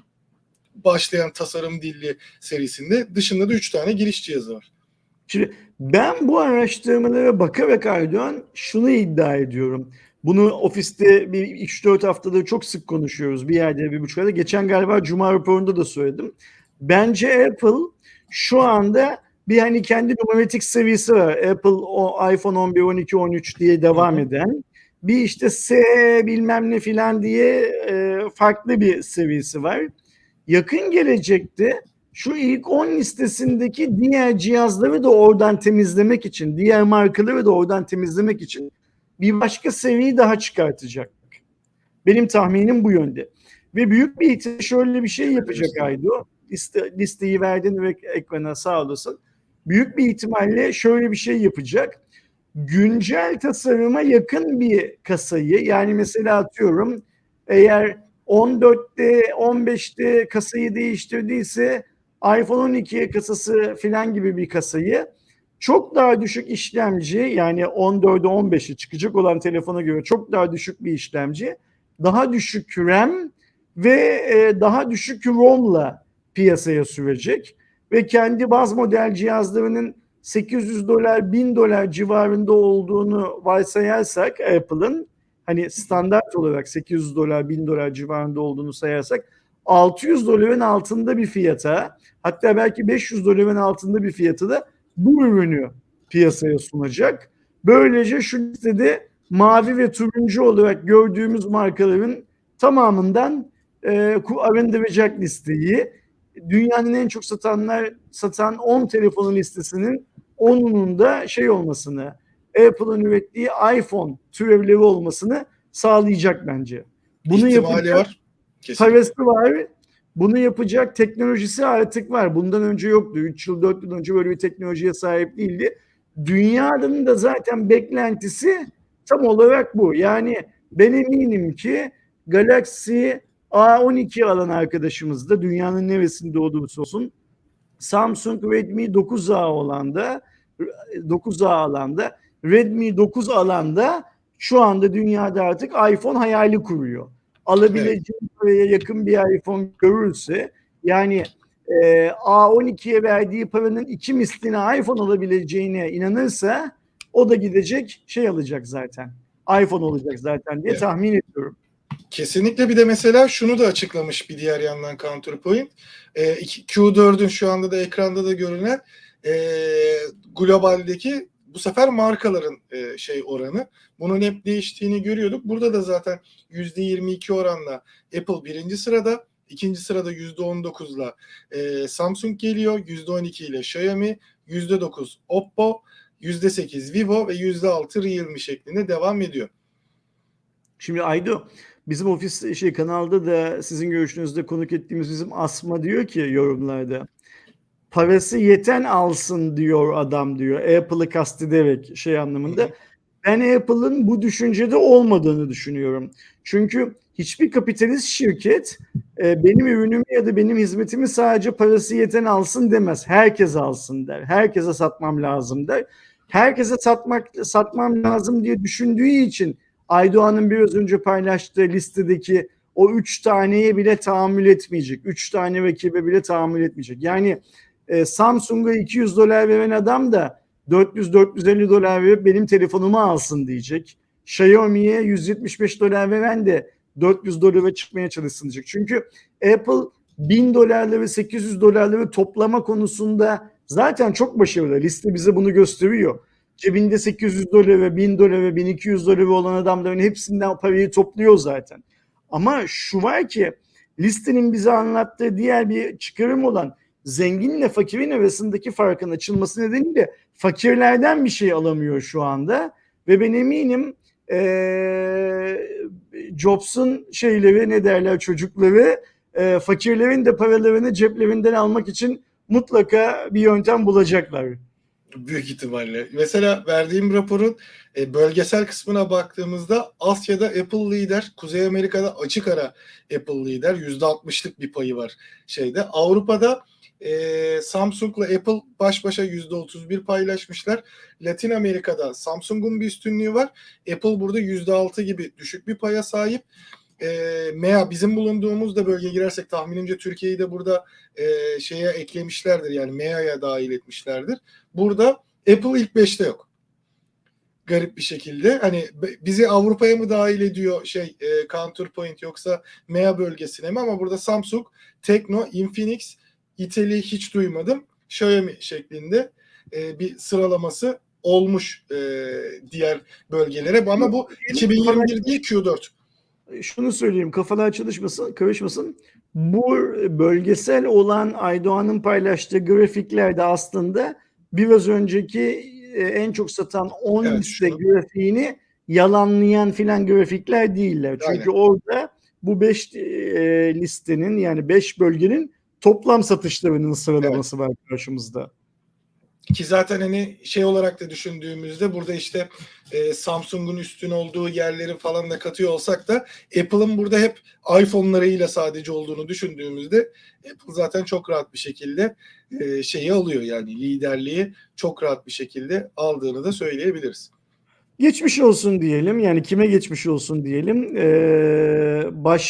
başlayan tasarım dilli serisinde dışında da üç tane giriş cihazı var. Şimdi ben bu araştırmalara bakarak Aydoğan şunu iddia ediyorum. Bunu ofiste bir üç dört haftadır çok sık konuşuyoruz. Bir yerde, bir buçuk ayda. Geçen galiba Cuma raporunda da söyledim. Bence Apple şu anda bir hani kendi numaratik seviyesi var. Apple o iPhone on bir, on iki, on üç diye devam Hı hı. eden. Bir işte S bilmem ne filan diye e, farklı bir seviyesi var. Yakın gelecekte şu ilk on listesindeki diğer cihazları da oradan temizlemek için, diğer markaları da oradan temizlemek için bir başka seviyeyi daha çıkartacak. Benim tahminim bu yönde. Ve büyük bir ihtimalle şöyle bir şey yapacak Aydo. Liste, listeyi verdin ve ekrana, sağ olasın. Büyük bir ihtimalle şöyle bir şey yapacak. Güncel tasarıma yakın bir kasayı, yani mesela atıyorum eğer on dörtte on beşte kasayı değiştirdiyse iPhone on iki kasası filan gibi bir kasayı çok daha düşük işlemci, yani on dörde on beşe çıkacak olan telefona göre çok daha düşük bir işlemci, daha düşük RAM ve e, daha düşük ROM'la piyasaya sürecek ve kendi baz model cihazlarının sekiz yüz dolar bin dolar civarında olduğunu varsayarsak, Apple'ın hani standart olarak sekiz yüz dolar bin dolar civarında olduğunu sayarsak, altı yüz doların altında bir fiyata, hatta belki beş yüz doların altında bir fiyata da bu ürünü piyasaya sunacak. Böylece şu listede mavi ve turuncu olarak gördüğümüz markaların tamamından e, arındıracak listeyi. Dünyanın en çok satanlar satan on telefonun listesinin onunun da şey olmasını, Apple'ın ürettiği iPhone türevleri olmasını sağlayacak bence. Bunu İhtimali yapacak var. Kesinlikle. parası var. Bunu yapacak teknolojisi artık var. Bundan önce yoktu. üç yıl dört yıl önce böyle bir teknolojiye sahip değildi. Dünyanın da zaten beklentisi tam olarak bu. Yani ben eminim ki Galaxy A on iki alan arkadaşımız da dünyanın neresinde olursa olsun, Samsung Redmi dokuz A olan da dokuz A alanda, Redmi dokuz alanda şu anda dünyada artık iPhone hayali kuruyor. Alabileceği paraya yakın bir iPhone görürse, yani e, A on ikiye verdiği paranın iki misline iPhone alabileceğine inanırsa, o da gidecek şey alacak zaten. iPhone olacak zaten diye Evet. tahmin ediyorum. Kesinlikle. Bir de mesela şunu da açıklamış bir diğer yandan Counterpoint. E, Q dördün şu anda da ekranda da görünen e, globaldeki bu sefer markaların e, şey oranı. Bunun hep değiştiğini görüyorduk. Burada da zaten yüzde yirmi iki oranla Apple birinci sırada. İkinci sırada yüzde on dokuzla e, Samsung geliyor. yüzde on iki ile Xiaomi, yüzde dokuz Oppo, yüzde sekiz Vivo ve yüzde altı Realme şeklinde devam ediyor. Şimdi Aydo, bizim ofis şey kanalda da sizin görüşünüzde konuk ettiğimiz bizim Asma diyor ki yorumlarda, parası yeten alsın diyor adam diyor. Apple'ı kastederek şey anlamında. Hı hı. Ben Apple'ın bu düşüncede olmadığını düşünüyorum. Çünkü hiçbir kapitalist şirket e, benim ürünümü ya da benim hizmetimi sadece parası yeten alsın demez. Herkes alsın der. Herkese satmam lazım der. Herkese satmak satmam lazım diye düşündüğü için Aydoğan'ın biraz önce paylaştığı listedeki o üç taneye bile tahammül etmeyecek. Üç tane rakibe bile tahammül etmeyecek. Yani e, Samsung'a iki yüz dolar veren adam da dört yüz dört yüz elli dolar verip benim telefonumu alsın diyecek. Xiaomi'ye yüz yetmiş beş dolar veren de dört yüz dolara çıkmaya çalışsın diyecek. Çünkü Apple bin dolarları sekiz yüz dolarları toplama konusunda zaten çok başarılı. Liste bize bunu gösteriyor. Cebinde sekiz yüz dolar ve bin dolar ve bin iki yüz dolar olan adamların hepsinden parayı topluyor zaten. Ama şu var ki, listenin bize anlattığı diğer bir çıkarım olan zenginle fakirin arasındaki farkın açılması nedeniyle fakirlerden bir şey alamıyor şu anda. Ve ben eminim ee, Jobs'un şeyleri, ne derler, çocukları e, fakirlerin de paralarını ceplerinden almak için mutlaka bir yöntem bulacaklar. Büyük ihtimalle. Mesela verdiğim raporun e, bölgesel kısmına baktığımızda Asya'da Apple lider, Kuzey Amerika'da açık ara Apple lider. yüzde altmışlık bir payı var şeyde. Avrupa'da e, Samsung'la Apple baş başa yüzde otuz bir paylaşmışlar. Latin Amerika'da Samsung'un bir üstünlüğü var. Apple burada yüzde altı gibi düşük bir paya sahip. E, M E A bizim bulunduğumuz da bölgeye girersek tahminimce Türkiye'yi de burada e, şeye eklemişlerdir. Yani M E A'ya dahil etmişlerdir. Burada Apple ilk beşte yok. Garip bir şekilde. Hani bizi Avrupa'ya mı dahil ediyor şey e, Counterpoint yoksa M E A bölgesine mi? Ama burada Samsung, Tecno, Infinix, Italy hiç duymadım. Xiaomi şeklinde e, bir sıralaması olmuş e, diğer bölgelere. Ama bu iki bin yirmi bir değil Q dört. Şunu söyleyeyim, kafalar çalışmasın, karışmasın. Bu bölgesel olan Aydoğan'ın paylaştığı grafiklerde aslında biraz önceki e, en çok satan on Evet, liste şunu. grafiğini yalanlayan filan grafikler değiller. Çünkü Aynen. orada bu beş e, listenin yani beş bölgenin toplam satışlarının sıralaması evet. var karşımızda. Ki zaten hani şey olarak da düşündüğümüzde burada işte e, Samsung'un üstün olduğu yerleri falan da katıyor olsak da Apple'ın burada hep iPhone'larıyla sadece olduğunu düşündüğümüzde Apple zaten çok rahat bir şekilde e, şeyi alıyor, yani liderliği çok rahat bir şekilde aldığını da söyleyebiliriz. Geçmiş olsun diyelim, yani kime geçmiş olsun diyelim. Ee,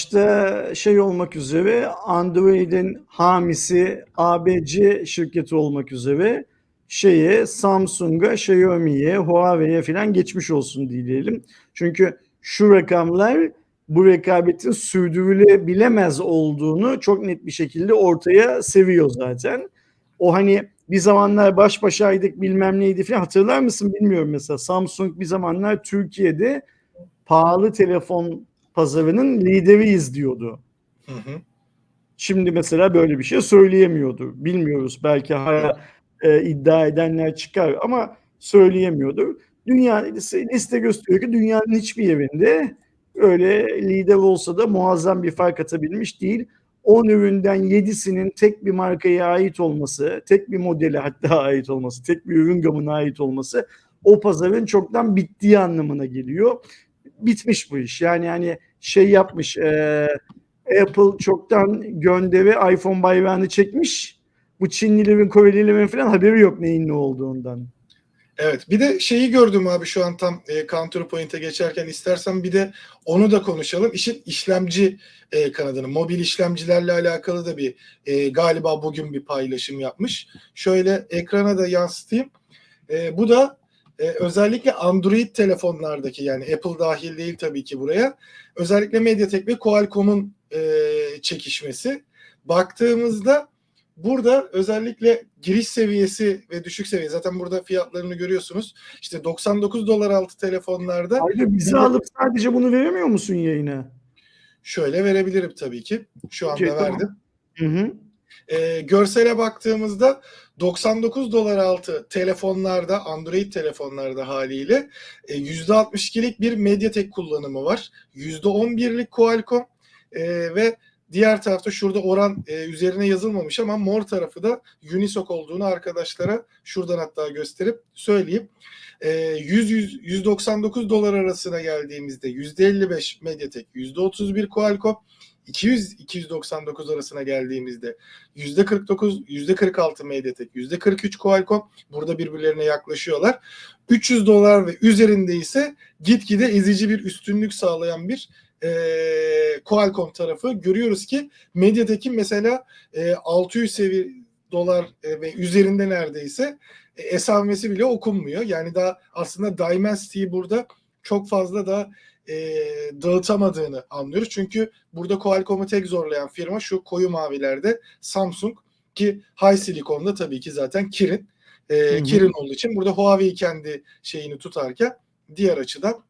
başta şey olmak üzere Android'in hamisi A B C şirketi olmak üzere şeye Samsung'a, Xiaomi'ye, Huawei'ye falan geçmiş olsun diyelim. Çünkü şu rakamlar bu rekabetin sürdürülebilemez olduğunu çok net bir şekilde ortaya seviyor zaten. O hani bir zamanlar baş başaydık bilmem neydi falan, hatırlar mısın bilmiyorum, mesela Samsung bir zamanlar Türkiye'de pahalı telefon pazarının lideriyiz diyordu. Hı hı. Şimdi mesela böyle bir şey söyleyemiyordu. Bilmiyoruz, belki hala e, iddia edenler çıkar ama söyleyemiyordu. Dünya liste gösteriyor ki dünyanın hiçbir yerinde öyle lider olsa da muazzam bir fark atabilmiş değil. on üründen yedisinin tek bir markaya ait olması, tek bir modele hatta ait olması, tek bir ürün gamına ait olması o pazarın çoktan bittiği anlamına geliyor. Bitmiş bu iş. Yani yani şey yapmış, e, Apple çoktan gönderi iPhone bayrağını çekmiş. Bu Çinlilerin, Korelilerin falan haberi yok neyin ne olduğundan. Evet, bir de şeyi gördüm abi şu an tam e, Counterpoint'e geçerken, istersen bir de onu da konuşalım. İşin işlemci e, kanadını, mobil işlemcilerle alakalı da bir e, galiba bugün bir paylaşım yapmış. Şöyle ekrana da yansıtayım. E, bu da e, özellikle Android telefonlardaki, yani Apple dahil değil tabii ki buraya, özellikle MediaTek ve Qualcomm'un e, çekişmesi. Baktığımızda burada özellikle giriş seviyesi ve düşük seviye, zaten burada fiyatlarını görüyorsunuz. İşte doksan dokuz dolar altı telefonlarda. Ayrıca bizi alıp sadece bunu veremiyor musun yayına? Şöyle verebilirim tabii ki. Şu anda okay, verdim. Tamam. Hı hı. Ee, görsele baktığımızda doksan dokuz dolar altı telefonlarda, Android telefonlarda haliyle e, yüzde altmış ikilik bir MediaTek kullanımı var. yüzde on birlik Qualcomm e, ve diğer tarafta şurada oran e, üzerine yazılmamış ama mor tarafı da Unisoc olduğunu arkadaşlara şuradan hatta gösterip söyleyeyim. E, yüz yüz doksan dokuz dolar arasına geldiğimizde yüzde elli beş MediaTek, yüzde otuz bir Qualcomm, iki yüz iki yüz doksan dokuz arasına geldiğimizde yüzde kırk dokuz, yüzde kırk altı MediaTek, yüzde kırk üç Qualcomm, burada birbirlerine yaklaşıyorlar. üç yüz dolar ve üzerinde ise gitgide ezici bir üstünlük sağlayan bir e, Qualcomm tarafı. Görüyoruz ki MediaTek'in mesela e, altı yüz seviye dolar e, ve üzerinde neredeyse e, esamesi bile okunmuyor. Yani daha aslında Dimensity'yi burada çok fazla da e, dağıtamadığını anlıyoruz. Çünkü burada Qualcomm'u tek zorlayan firma şu koyu mavilerde Samsung, ki High Silicon'da tabii ki zaten Kirin. E, Kirin olduğu için burada Huawei kendi şeyini tutarken diğer açıdan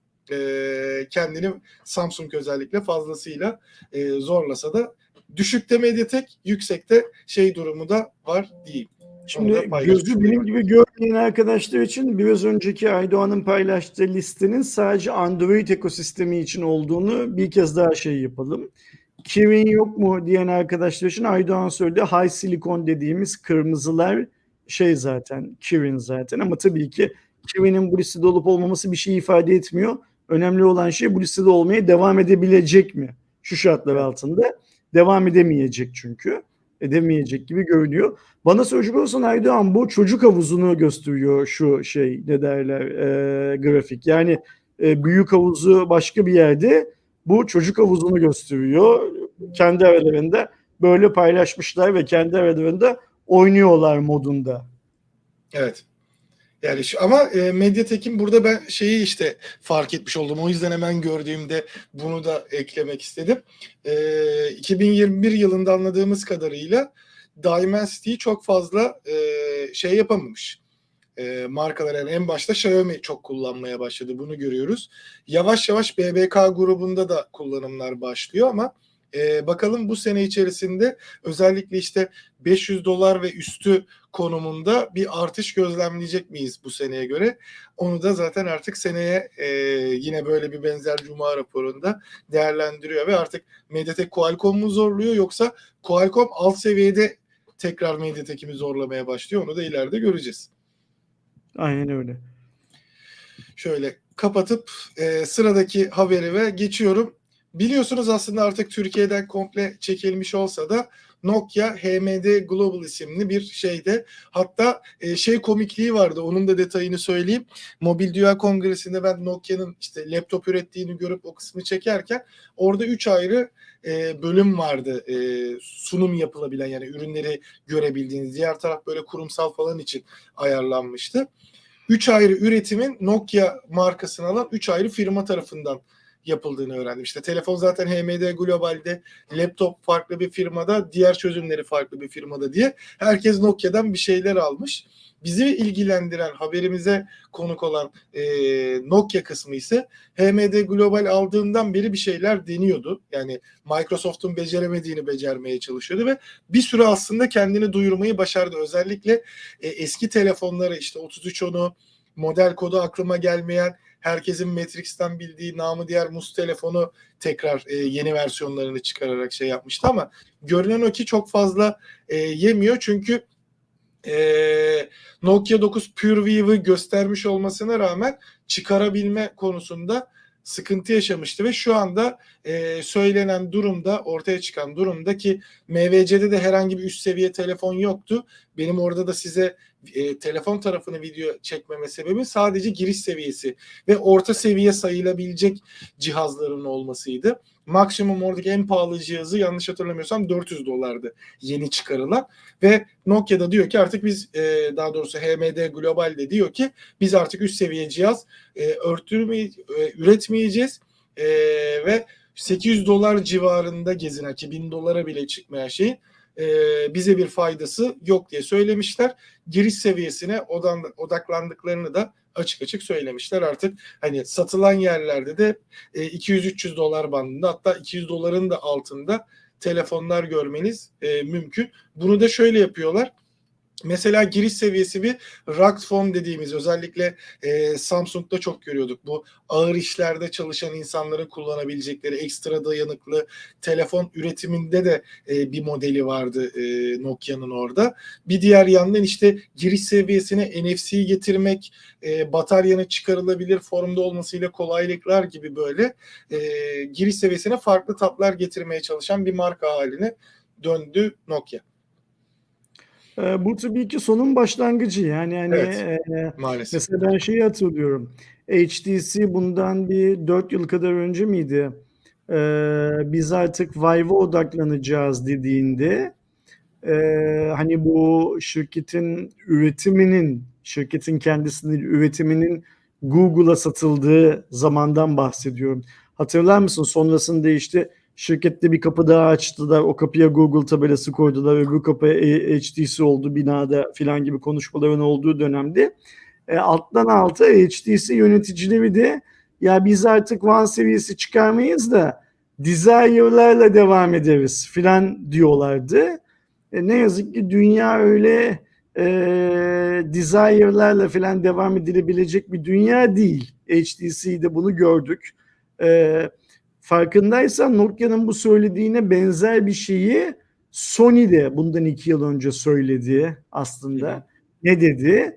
e, kendini Samsung özellikle fazlasıyla e, zorlasa da düşükte MediaTek, yüksekte şey durumu da var diyeyim. Şimdi gözü benim gibi görmeyen arkadaşlar için biraz önceki Aydoğan'ın paylaştığı listenin sadece Android ekosistemi için olduğunu bir kez daha şey yapalım. Kirin yok mu diyen arkadaşlar için Aydoğan söyledi. High silikon dediğimiz kırmızılar şey zaten Kirin zaten, ama tabii ki Kirin'in bu listede olup olmaması bir şey ifade etmiyor. Önemli olan şey bu listede olmaya devam edebilecek mi? Şu şartlar Evet. altında devam edemeyecek çünkü. Edemeyecek gibi görünüyor. Bana soracak olursan Aydoğan, bu çocuk havuzunu gösteriyor şu şey, ne derler, e, grafik. Yani e, büyük havuzu başka bir yerde, bu çocuk havuzunu gösteriyor. Kendi aralarında böyle paylaşmışlar ve kendi aralarında oynuyorlar modunda. Evet. Yani şu, ama e, Mediatek'in burada ben şeyi işte fark etmiş oldum. O yüzden hemen gördüğümde bunu da eklemek istedim. E, iki bin yirmi bir yılında anladığımız kadarıyla Dimensity'yi çok fazla e, şey yapamamış. E, markalar, yani en başta Xiaomi çok kullanmaya başladı. Bunu görüyoruz. Yavaş yavaş B B K grubunda da kullanımlar başlıyor ama e, bakalım bu sene içerisinde özellikle işte beş yüz dolar ve üstü konumunda bir artış gözlemleyecek miyiz bu seneye göre? Onu da zaten artık seneye e, yine böyle bir benzer Cuma raporunda değerlendiriyor ve artık Mediatek Qualcomm mu zorluyor, yoksa Qualcomm alt seviyede tekrar Mediatek'i mi zorlamaya başlıyor? Onu da ileride göreceğiz. Aynen öyle. Şöyle kapatıp e, sıradaki haberi ve geçiyorum. Biliyorsunuz aslında artık Türkiye'den komple çekilmiş olsa da Nokia H M D Global isimli bir şeyde, hatta e, şey komikliği vardı, onun da detayını söyleyeyim. Mobil Dünya Kongresi'nde ben Nokia'nın işte laptop ürettiğini görüp o kısmı çekerken orada üç ayrı e, bölüm vardı e, sunum yapılabilen, yani ürünleri görebildiğiniz. Diğer taraf böyle kurumsal falan için ayarlanmıştı. Üç ayrı üretimin Nokia markasını alan üç ayrı firma tarafından yapıldığını öğrendim. İşte telefon zaten H M D Global'de, laptop farklı bir firmada, diğer çözümleri farklı bir firmada diye herkes Nokia'dan bir şeyler almış. Bizi ilgilendiren, haberimize konuk olan e, Nokia kısmı ise H M D Global aldığından beri bir şeyler deniyordu. Yani Microsoft'un beceremediğini becermeye çalışıyordu ve bir süre aslında kendini duyurmayı başardı. Özellikle e, eski telefonları, işte otuz üç onu, model kodu aklıma gelmeyen, herkesin Matrix'ten bildiği namı diğer Mus telefonu tekrar e, yeni versiyonlarını çıkararak şey yapmıştı ama görünen o ki çok fazla e, yemiyor, çünkü e, Nokia dokuz PureView'ı göstermiş olmasına rağmen çıkarabilme konusunda sıkıntı yaşamıştı ve şu anda e, söylenen durumda, ortaya çıkan durumda ki M V C'de de herhangi bir üst seviye telefon yoktu. Benim orada da size e, telefon tarafını video çekmeme sebebi sadece giriş seviyesi ve orta seviye sayılabilecek cihazların olmasıydı. Maksimum oradaki en pahalı cihazı yanlış hatırlamıyorsam dört yüz dolardı yeni çıkarılan ve Nokia'da diyor ki artık biz e, daha doğrusu H M D Global de diyor ki biz artık üst seviye cihaz e, örtülme, e, üretmeyeceğiz e, ve sekiz yüz dolar civarında gezinen ki bin dolara bile çıkmayan şeyin e, bize bir faydası yok diye söylemişler. Giriş seviyesine odan, odaklandıklarını da açık açık söylemişler. Artık hani satılan yerlerde de e, iki yüz üç yüz dolar bandında, hatta iki yüz doların da altında telefonlar görmeniz e, mümkün. Bunu da şöyle yapıyorlar. Mesela giriş seviyesi bir R A G phone dediğimiz, özellikle e, Samsung'da çok görüyorduk. Bu ağır işlerde çalışan insanların kullanabilecekleri ekstra dayanıklı telefon üretiminde de e, bir modeli vardı e, Nokia'nın orada. Bir diğer yandan işte giriş seviyesine N F C getirmek, e, bataryanın çıkarılabilir formda olmasıyla kolaylıklar gibi böyle e, giriş seviyesine farklı tatlar getirmeye çalışan bir marka haline döndü Nokia. E, bu tabii ki sonun başlangıcı. Yani hani Evet, e, maalesef. mesela ben şeyi hatırlıyorum. H T C bundan bir dört yıl kadar önce miydi? E, biz artık Vive'a odaklanacağız dediğinde, e, hani bu şirketin üretiminin, şirketin kendisinin üretiminin Google'a satıldığı zamandan bahsediyorum. Hatırlar mısın? Sonrasında işte şirkette bir kapı daha açtılar. O kapıya Google tabelası koydular ve bu kapı H T C oldu binada filan gibi konuşmaların olduğu dönemde e, alttan alta H T C yöneticileri de ya biz artık One seviyesi çıkarmayız da Desire'larla devam ederiz filan diyorlardı. E, ne yazık ki dünya öyle e, Desire'larla filan devam edilebilecek bir dünya değil. H T C'de bunu gördük. E, farkındaysan Nokia'nın bu söylediğine benzer bir şeyi Sony de bundan iki yıl önce söyledi aslında. Hı hı. Ne dedi?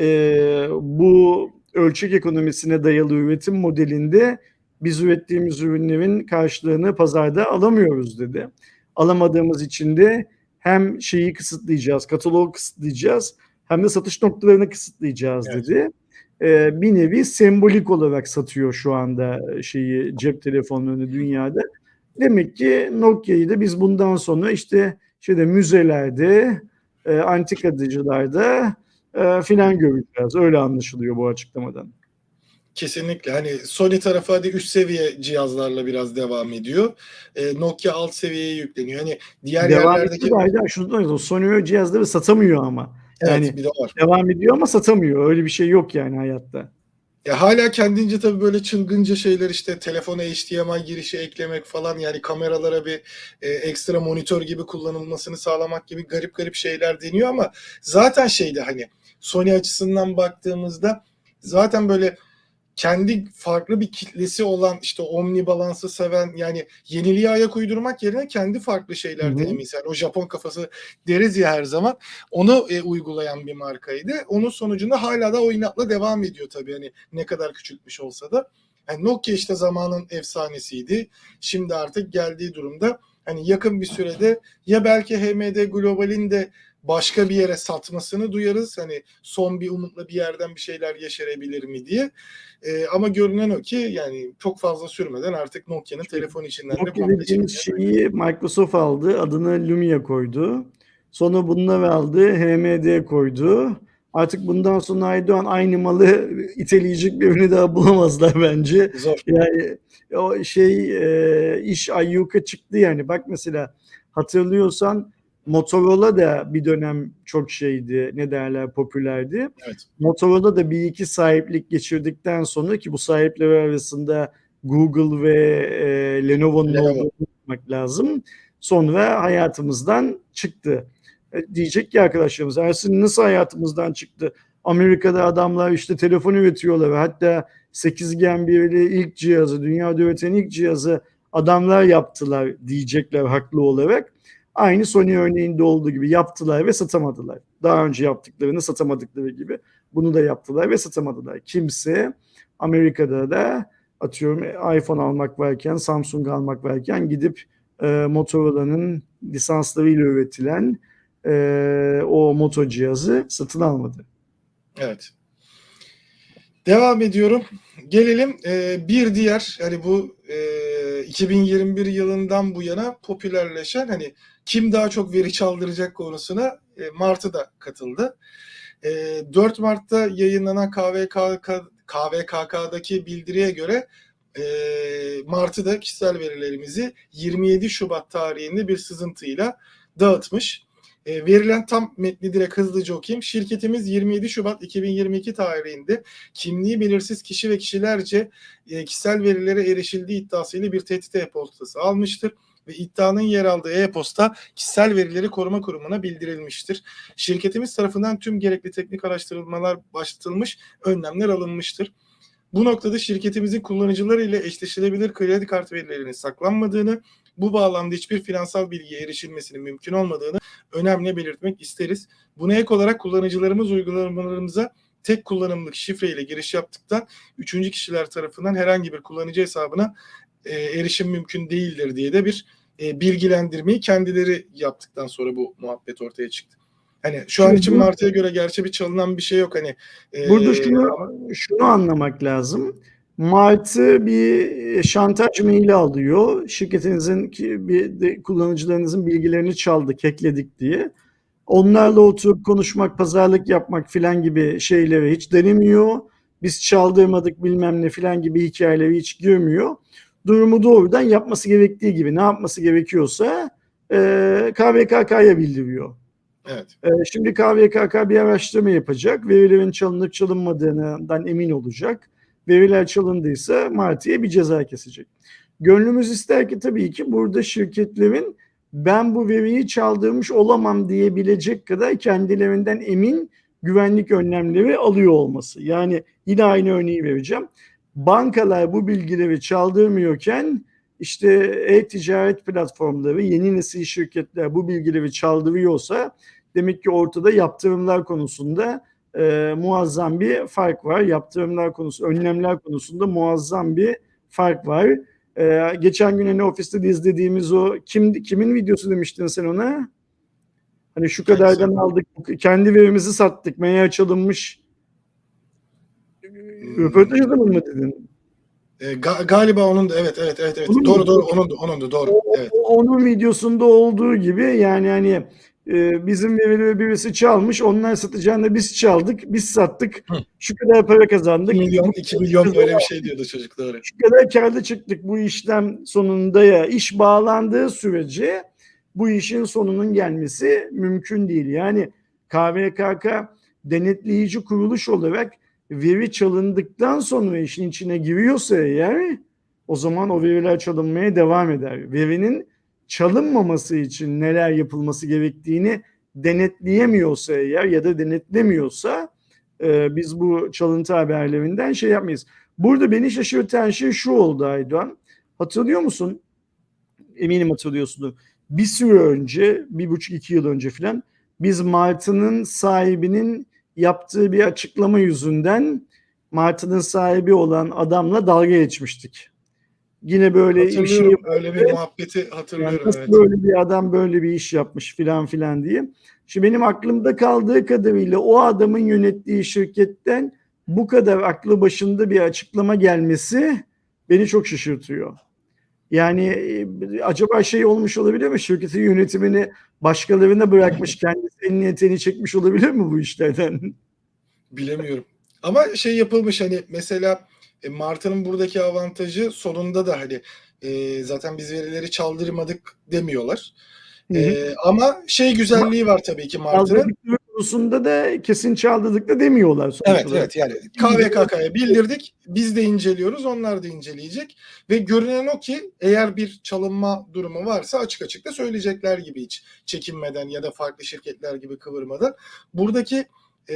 Ee, bu ölçek ekonomisine dayalı üretim modelinde biz ürettiğimiz ürünlerin karşılığını pazarda alamıyoruz dedi. Alamadığımız için de hem şeyi kısıtlayacağız, kataloğu kısıtlayacağız, hem de satış noktalarını kısıtlayacağız Evet. dedi. Ee, bir nevi sembolik olarak satıyor şu anda şeyi, cep telefonlarını dünyada. Demek ki Nokia'yı da biz bundan sonra işte şeyde müzelerde, e, antikacılarda e, filan göreceğiz. Öyle anlaşılıyor bu açıklamadan. Kesinlikle. Hani Sony tarafı hadi üst seviye cihazlarla biraz devam ediyor. Ee, Nokia alt seviyeye yükleniyor. Hani diğer Devam yerlerdeki ediyor da Haydar, şunu da söyleyeyim, Sony o cihazları satamıyor ama. evet Yani bir de var. devam ediyor ama satamıyor. Öyle bir şey yok yani hayatta. Ya hala kendince tabii böyle çılgınca şeyler işte telefona H D M I girişi eklemek falan yani kameralara bir e, ekstra monitör gibi kullanılmasını sağlamak gibi garip garip şeyler deniyor ama zaten şeyde hani Sony açısından baktığımızda zaten böyle kendi farklı bir kitlesi olan işte omni balansı seven yani yeniliğe ayak uydurmak yerine kendi farklı Hı şeyler hı. denemeyi yani o Japon kafası deriz ya her zaman onu e, uygulayan bir markaydı. Onun sonucunda hala da o inatla devam ediyor tabii hani ne kadar küçültmüş olsa da. Yani Nokia işte zamanın efsanesiydi. Şimdi artık geldiği durumda hani yakın bir sürede ya belki H M D Global'in de başka bir yere satmasını duyarız. Hani son bir umutla bir yerden bir şeyler yeşerebilir mi diye. Ee, ama görünen o ki yani çok fazla sürmeden artık Nokia'nın İşte telefon içinden de Nokia komple dediğimiz çekilmeye şeyi Microsoft aldı. Adını Lumia koydu. Sonra bununla aldı. H M D koydu. Artık bundan sonra Aydoğan aynı malı iteleyecek birini daha bulamazlar bence. zor. Yani o şey e, iş ayyuka çıktı yani. Bak mesela hatırlıyorsan Motorola da bir dönem çok şeydi. Ne derler, popülerdi. Evet. Motorola da bir iki sahiplik geçirdikten sonra ki bu sahipler arasında Google ve e, Lenovo'nun Lenovo. olduğunu unutmak lazım. Sonra hayatımızdan çıktı. E, diyecek ki arkadaşlarımız Ersin nasıl hayatımızdan çıktı? Amerika'da adamlar işte telefon üretiyorlar. Hatta sekizgen birli ilk cihazı, dünyada üreten ilk cihazı adamlar yaptılar diyecekler haklı olarak. Aynı Sony örneğinde olduğu gibi yaptılar ve satamadılar. Daha önce yaptıklarını satamadıkları gibi bunu da yaptılar ve satamadılar. Kimse Amerika'da da atıyorum iPhone almak varken, Samsung almak varken gidip e, Motorola'nın lisanslarıyla üretilen e, o moto cihazı satın almadı. Evet. Devam ediyorum. Gelelim e, bir diğer hani bu e, iki bin yirmi bir yılından bu yana popülerleşen hani kim daha çok veri çaldıracak konusuna e, Martı da katıldı. E, dört Mart'ta yayınlanan K V K K, K V K K'daki bildiriye göre e, Martı'da kişisel verilerimizi yirmi yedi Şubat tarihinde bir sızıntıyla dağıtmış. E, verilen tam metni direkt hızlıca okuyayım. Şirketimiz yirmi yedi Şubat iki bin yirmi iki tarihinde kimliği belirsiz kişi ve kişilerce e, kişisel verilere erişildiği iddiasıyla bir tehdit e-postası almıştır ve iddianın yer aldığı e-posta kişisel verileri koruma kurumuna bildirilmiştir. Şirketimiz tarafından tüm gerekli teknik araştırmalar başlatılmış, önlemler alınmıştır. Bu noktada şirketimizin kullanıcıları ile eşleşilebilir kredi kartı verilerinin saklanmadığını, bu bağlamda hiçbir finansal bilgiye erişilmesinin mümkün olmadığını önemli belirtmek isteriz. Buna ek olarak kullanıcılarımız uygulamalarımıza tek kullanımlık şifreyle giriş yaptıktan üçüncü kişiler tarafından herhangi bir kullanıcı hesabına e, erişim mümkün değildir diye de bir e, bilgilendirmeyi kendileri yaptıktan sonra bu muhabbet ortaya çıktı. Hani şu an için Martı'ya göre gerçi bir çalınan bir şey yok hani. E, Burada şunu ama... şunu anlamak lazım. Martı bir şantaj maili alıyor. Şirketinizin bir de kullanıcılarınızın bilgilerini çaldık, hackledik diye. Onlarla oturup konuşmak, pazarlık yapmak filan gibi şeyleri hiç denemiyor. Biz çaldırmadık bilmem ne filan gibi hikayeleri hiç girmiyor. Durumu doğrudan yapması gerektiği gibi ne yapması gerekiyorsa e, K V K K'ya bildiriyor. Evet. E, şimdi K V K K bir araştırma yapacak. Verilerin çalınıp çalınmadığından emin olacak. Veriler çalındıysa Martı'ya bir ceza kesecek. Gönlümüz ister ki tabii ki burada şirketlerin ben bu veriyi çaldırmış olamam diyebilecek kadar kendilerinden emin güvenlik önlemleri alıyor olması. Yani yine aynı örneği vereceğim. Bankalar bu bilgileri çaldırmıyorken işte e-ticaret platformları, yeni nesil şirketler bu bilgileri çaldırıyorsa demek ki ortada yaptırımlar konusunda e, muazzam bir fark var. Yaptırımlar konusu, önlemler konusunda muazzam bir fark var. E, geçen gün hani ofiste de izlediğimiz o kim kimin videosu demiştin sen ona? Hani şu Hangisi? kadardan aldık, kendi verimizi sattık, meğer çalınmış. Hmm. Röportaj adamı mı dedin? E, ga- galiba onun da evet evet evet evet. Onun Doğru mu? doğru onun da onun da doğru. O, Evet. o- onun videosunda olduğu gibi yani hani e, bizim verileri birisi çalmış, onlar satacağını biz çaldık, biz sattık, Hı. şu kadar para iki kazandık, milyon bu iki milyon öyle bir şey diyordu çocuk doğru. şu kadar kârlı çıktık bu işlem sonunda. Ya iş bağlandığı sürece bu işin sonunun gelmesi mümkün değil. Yani K V K K denetleyici kuruluş olarak veri çalındıktan sonra işin içine giriyorsa eğer, o zaman o veriler çalınmaya devam eder. Verinin çalınmaması için neler yapılması gerektiğini denetleyemiyorsa eğer ya da denetlemiyorsa e, biz bu çalıntı haberlerinden şey yapmayız. Burada beni şaşırtan şey şu oldu Aydoğan. Hatırlıyor musun? Eminim hatırlıyorsundur. Bir süre önce, bir buçuk iki yıl önce filan biz Martı'nın sahibinin yaptığı bir açıklama yüzünden Martı'nın sahibi olan adamla dalga geçmiştik. Yine böyle işi Hatırlıyorum yapıyor. öyle bir muhabbeti Yani hatırlıyorum nasıl evet. böyle bir adam böyle bir iş yapmış filan filan diye. Şimdi benim aklımda kaldığı kadarıyla o adamın yönettiği şirketten bu kadar aklı başında bir açıklama gelmesi beni çok şaşırtıyor. Yani e, acaba şey olmuş olabilir mi? Şirketin yönetimini başkalarına bırakmış, kendisi elini eteğini çekmiş olabilir mi bu işlerden? Bilemiyorum. Ama şey yapılmış hani mesela e, Martı'nın buradaki avantajı sonunda da hani e, zaten biz verileri çaldırmadık demiyorlar. Hı hı. E, ama şey güzelliği var tabii ki Martı'nın. Çaldırdıkları konusunda da kesin çaldırdık da demiyorlar sonuç Evet olarak. evet yani K V K K'ya bildirdik. Biz de inceliyoruz. Onlar da inceleyecek. Ve görünen o ki eğer bir çalınma durumu varsa açık açık da söyleyecekler gibi hiç çekinmeden ya da farklı şirketler gibi kıvırmadan. Buradaki e,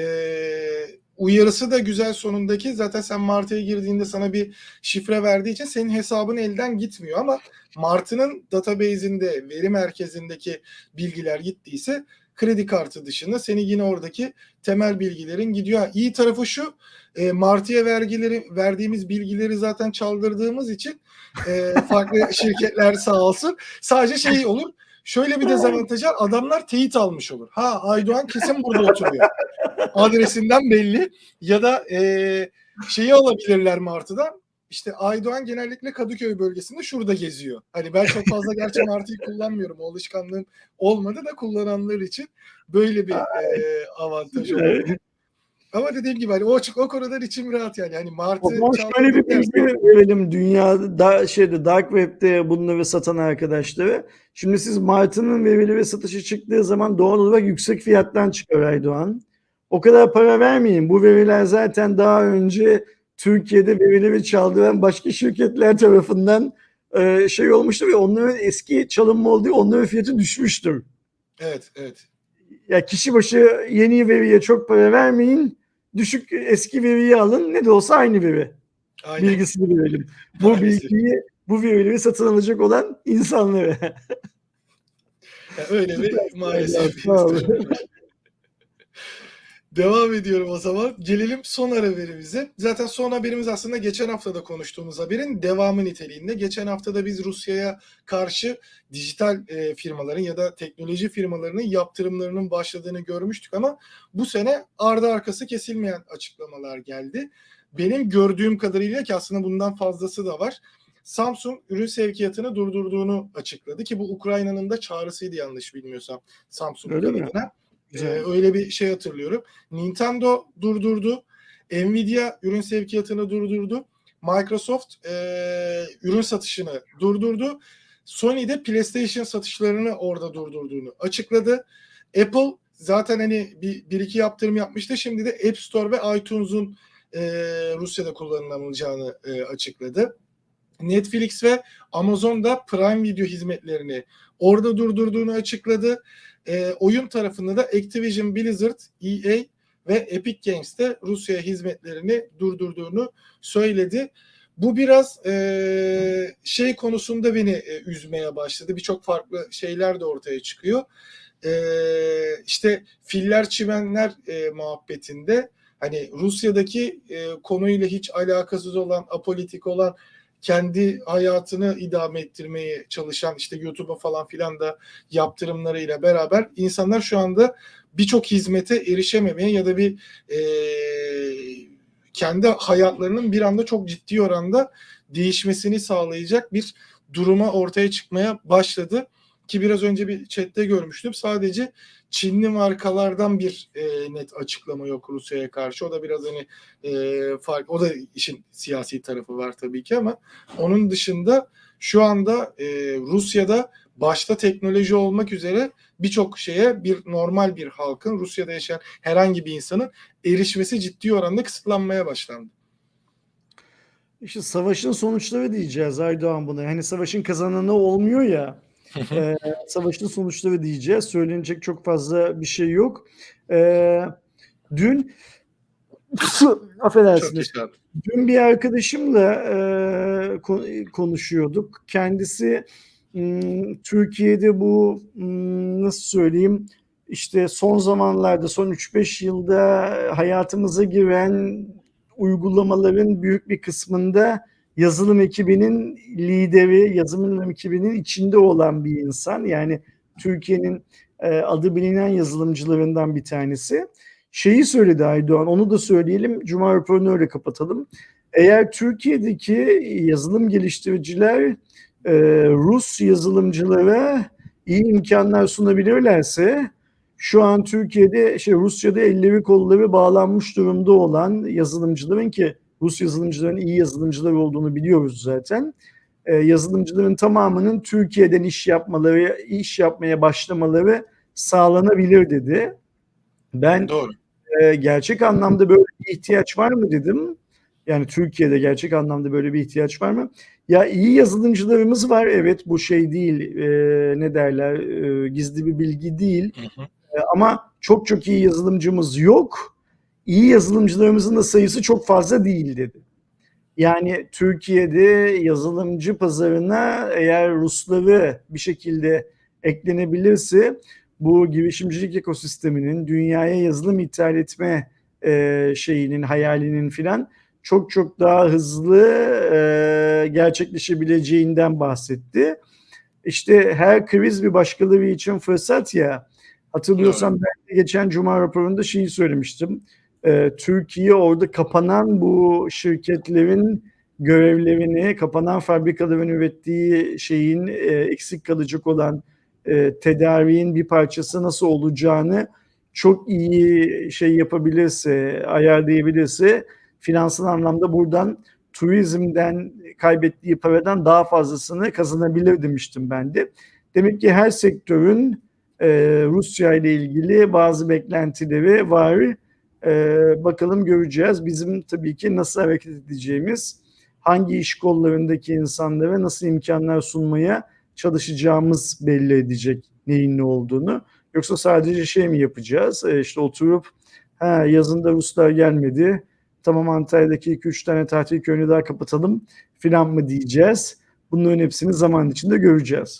uyarısı da güzel sonundaki. Zaten sen Martı'ya girdiğinde sana bir şifre verdiği için senin hesabın elden gitmiyor ama Martı'nın database'inde, veri merkezindeki bilgiler gittiyse kredi kartı dışında seni yine oradaki temel bilgilerin gidiyor. Ha, iyi tarafı şu, e, Martı'ya vergileri verdiğimiz bilgileri zaten çaldırdığımız için e, farklı şirketler sağ olsun sadece şey olur. Şöyle bir dezavantajı adamlar teyit almış olur. Ha Aydoğan kesin burada oturuyor. Adresinden belli ya da e, şeyi alabilirler Martı'dan. İşte Aydoğan genellikle Kadıköy bölgesinde şurada geziyor. Hani ben çok fazla gerçi Martı'yı kullanmıyorum. O alışkanlığım olmadı da kullananlar için böyle bir e, avantaj olabilir. Ama dediğim gibi hani o açık o konular içim rahat yani. Hani O Martı zaman şöyle bir çaldırdık bilgi derse verelim dünyada da, şeyde Dark Web'de bunları satan arkadaşlara. Şimdi siz Martı'nın verileri satışı çıktığı zaman doğal olarak yüksek fiyattan çıkar Aydoğan. O kadar para vermeyin. Bu veriler zaten daha önce Türkiye'de verileri çaldıran başka şirketler tarafından e, şey olmuştur ve onların eski çalınma olduğu onların fiyatı düşmüştür. evet evet. Ya kişi başı yeni veriye çok para vermeyin. Düşük eski veriyi alın. Ne de olsa aynı veri. Aynen. Bilgisini verelim. Bu Maalesef. bilgiyi, bu verileri satın alacak olan insanlara. Yani öyle bir maalesef bir Sağ olun. durum var. Devam ediyorum o zaman. Gelelim son haberimize. Zaten son haberimiz aslında geçen hafta da konuştuğumuz haberin devamı niteliğinde. Geçen hafta da biz Rusya'ya karşı dijital e, firmaların ya da teknoloji firmalarının yaptırımlarının başladığını görmüştük ama bu sene ardı arkası kesilmeyen açıklamalar geldi. Benim gördüğüm kadarıyla ki aslında bundan fazlası da var. Samsung ürün sevkiyatını durdurduğunu açıkladı ki bu Ukrayna'nın da çağrısıydı yanlış bilmiyorsam Samsung Öyle mi? kanadına. Güzel. Ee, öyle bir şey hatırlıyorum. Nintendo durdurdu. Nvidia ürün sevkiyatını durdurdu. Microsoft e, ürün satışını durdurdu. Sony de PlayStation satışlarını orada durdurduğunu açıkladı. Apple zaten hani bir, bir iki yaptırım yapmıştı. Şimdi de App Store ve iTunes'un e, Rusya'da kullanılamayacağını e, açıkladı. Netflix ve Amazon da Prime Video hizmetlerini orada durdurduğunu açıkladı. E, oyun tarafında da Activision Blizzard, E A ve Epic Games de Rusya hizmetlerini durdurduğunu söyledi. Bu biraz e, şey konusunda beni e, üzmeye başladı. Birçok farklı şeyler de ortaya çıkıyor. E, işte filler çimenler e, muhabbetinde hani Rusya'daki e, konuyla hiç alakasız olan, apolitik olan, kendi hayatını idame ettirmeye çalışan, işte YouTube'a falan filan da yaptırımlarıyla beraber insanlar şu anda birçok hizmete erişememeye ya da bir e, kendi hayatlarının bir anda çok ciddi oranda değişmesini sağlayacak bir duruma ortaya çıkmaya başladı. Ki biraz önce bir chatte görmüştüm. Sadece Çinli markalardan bir e, net açıklama yok Rusya'ya karşı. O da biraz hani e, fark. O da işin siyasi tarafı var tabii ki ama onun dışında şu anda e, Rusya'da başta teknoloji olmak üzere birçok şeye bir normal bir halkın, Rusya'da yaşayan herhangi bir insanın erişmesi ciddi oranda kısıtlanmaya başlandı. İşte savaşın sonuçları diyeceğiz Erdoğan buna. Hani savaşın kazananı olmuyor ya. e, savaşın sonuçları diyeceğiz. Söylenecek çok fazla bir şey yok. E, dün affedersiniz. Dün bir arkadaşımla e, konuşuyorduk. Kendisi m, Türkiye'de bu m, nasıl söyleyeyim işte son zamanlarda son üç beş yılda hayatımıza giren uygulamaların büyük bir kısmında yazılım ekibinin lideri, yazılım ekibinin içinde olan bir insan. Yani Türkiye'nin e, adı bilinen yazılımcılarından bir tanesi. Şeyi söyledi Aydoğan, onu da söyleyelim. Cuma raporunu öyle kapatalım. Eğer Türkiye'deki yazılım geliştiriciler e, Rus yazılımcılara iyi imkanlar sunabilirlerse şu an Türkiye'de şey Rusya'da elleri kolları bağlanmış durumda olan yazılımcıların ki Rus yazılımcıların iyi yazılımcılar olduğunu biliyoruz zaten. Ee, yazılımcıların tamamının Türkiye'den iş yapmaları, iş yapmaya başlamaları sağlanabilir dedi. Ben Doğru. E, gerçek anlamda böyle bir ihtiyaç var mı dedim. Yani Türkiye'de gerçek anlamda böyle bir ihtiyaç var mı? Ya iyi yazılımcılarımız var. Evet bu şey değil e, ne derler e, gizli bir bilgi değil. Hı hı. E, ama çok çok iyi yazılımcımız yok. İyi yazılımcılarımızın da sayısı çok fazla değil dedi. Yani Türkiye'de yazılımcı pazarına eğer Rusları bir şekilde eklenebilirse bu girişimcilik ekosisteminin dünyaya yazılım ithal etme e, şeyinin hayalinin filan çok çok daha hızlı e, gerçekleşebileceğinden bahsetti. İşte her kriz bir başkaları için fırsat ya. Hatırlıyorsam evet. Ben de geçen Cuma raporunda şeyi söylemiştim. Ee, Türkiye orada kapanan bu şirketlerin görevlerini, kapanan fabrikaların ürettiği şeyin e, eksik kalacak olan e, tedariğin bir parçası nasıl olacağını çok iyi şey yapabilirse, ayarlayabilirse finansal anlamda buradan turizmden kaybettiği paradan daha fazlasını kazanabilir demiştim ben de. Demek ki her sektörün e, Rusya ile ilgili bazı beklentileri var. E, bakalım göreceğiz. Bizim tabii ki nasıl hareket edeceğimiz, hangi iş kollarındaki insanlara nasıl imkanlar sunmaya çalışacağımız belli edecek neyin ne olduğunu. Yoksa sadece şey mi yapacağız? E, işte oturup ha, yazında Ruslar gelmedi, tamam Antalya'daki iki üç tane tatil köyünü daha kapatalım filan mı diyeceğiz? Bunların hepsini zaman içinde göreceğiz.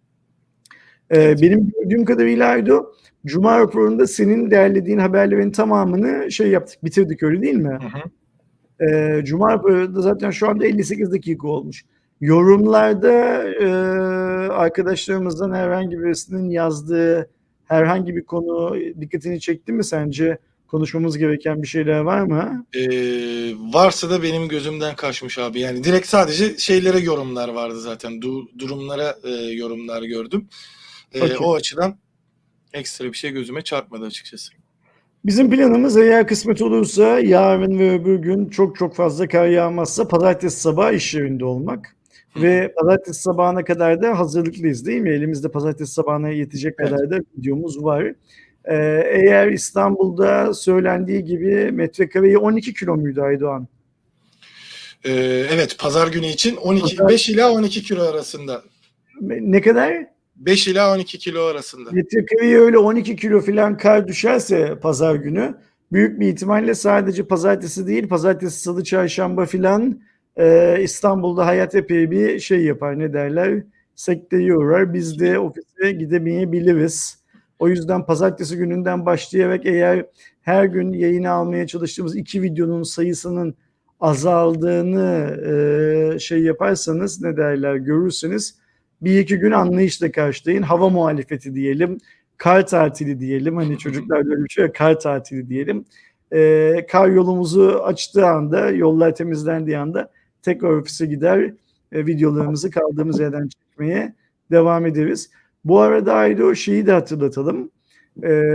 Ee, benim gördüğüm kadarıyla Aydo, Cuma raporunda senin derlediğin haberlerin tamamını şey yaptık, bitirdik öyle değil mi? Hı hı. Ee, Cuma raporunda zaten şu anda elli sekiz dakika olmuş. Yorumlarda e, arkadaşlarımızdan herhangi birisinin yazdığı herhangi bir konu dikkatini çekti mi sence? Konuşmamız gereken bir şeyler var mı? Ee, varsa da benim gözümden kaçmış abi. Yani direkt sadece şeylere yorumlar vardı zaten. Du- durumlara e, yorumlar gördüm. E, okay. O açıdan ekstra bir şey gözüme çarpmadı açıkçası. Bizim planımız eğer kısmet olursa yarın ve öbür gün çok çok fazla kar yağmazsa pazartesi sabahı iş yerinde olmak. Hı. Ve pazartesi sabahına kadar da hazırlıklıyız değil mi? Elimizde pazartesi sabahına yetecek evet. kadar da videomuz var. Ee, eğer İstanbul'da söylendiği gibi metrekareyi on iki kilo muydu Aydoğan? Ee, evet pazar günü için on iki, pazar... beş ila on iki kilo arasında. Ne kadar? beş ila on iki kilo arasında. Metrekareye öyle on iki kilo falan kar düşerse pazar günü büyük bir ihtimalle sadece pazartesi değil pazartesi, salı, çarşamba filan Ee, İstanbul'da hayat epey bir şey yapar, ne derler, sekteye uğrar. Biz de ofise gidemeyebiliriz. O yüzden pazartesi gününden başlayarak eğer her gün yayına almaya çalıştığımız iki videonun sayısının azaldığını e, şey yaparsanız, ne derler, görürseniz bir iki gün anlayışla karşılayın. Hava muhalefeti diyelim, kar tatili diyelim. Hani çocuklar böyle bir şey var, kar tatili diyelim. E, kar yolumuzu açtığı anda, yollar temizlendiği anda tekrar ofise gider, e, videolarımızı kaldığımız yerden çekmeye devam ederiz. Bu arada ayrı o şeyi de hatırlatalım. E,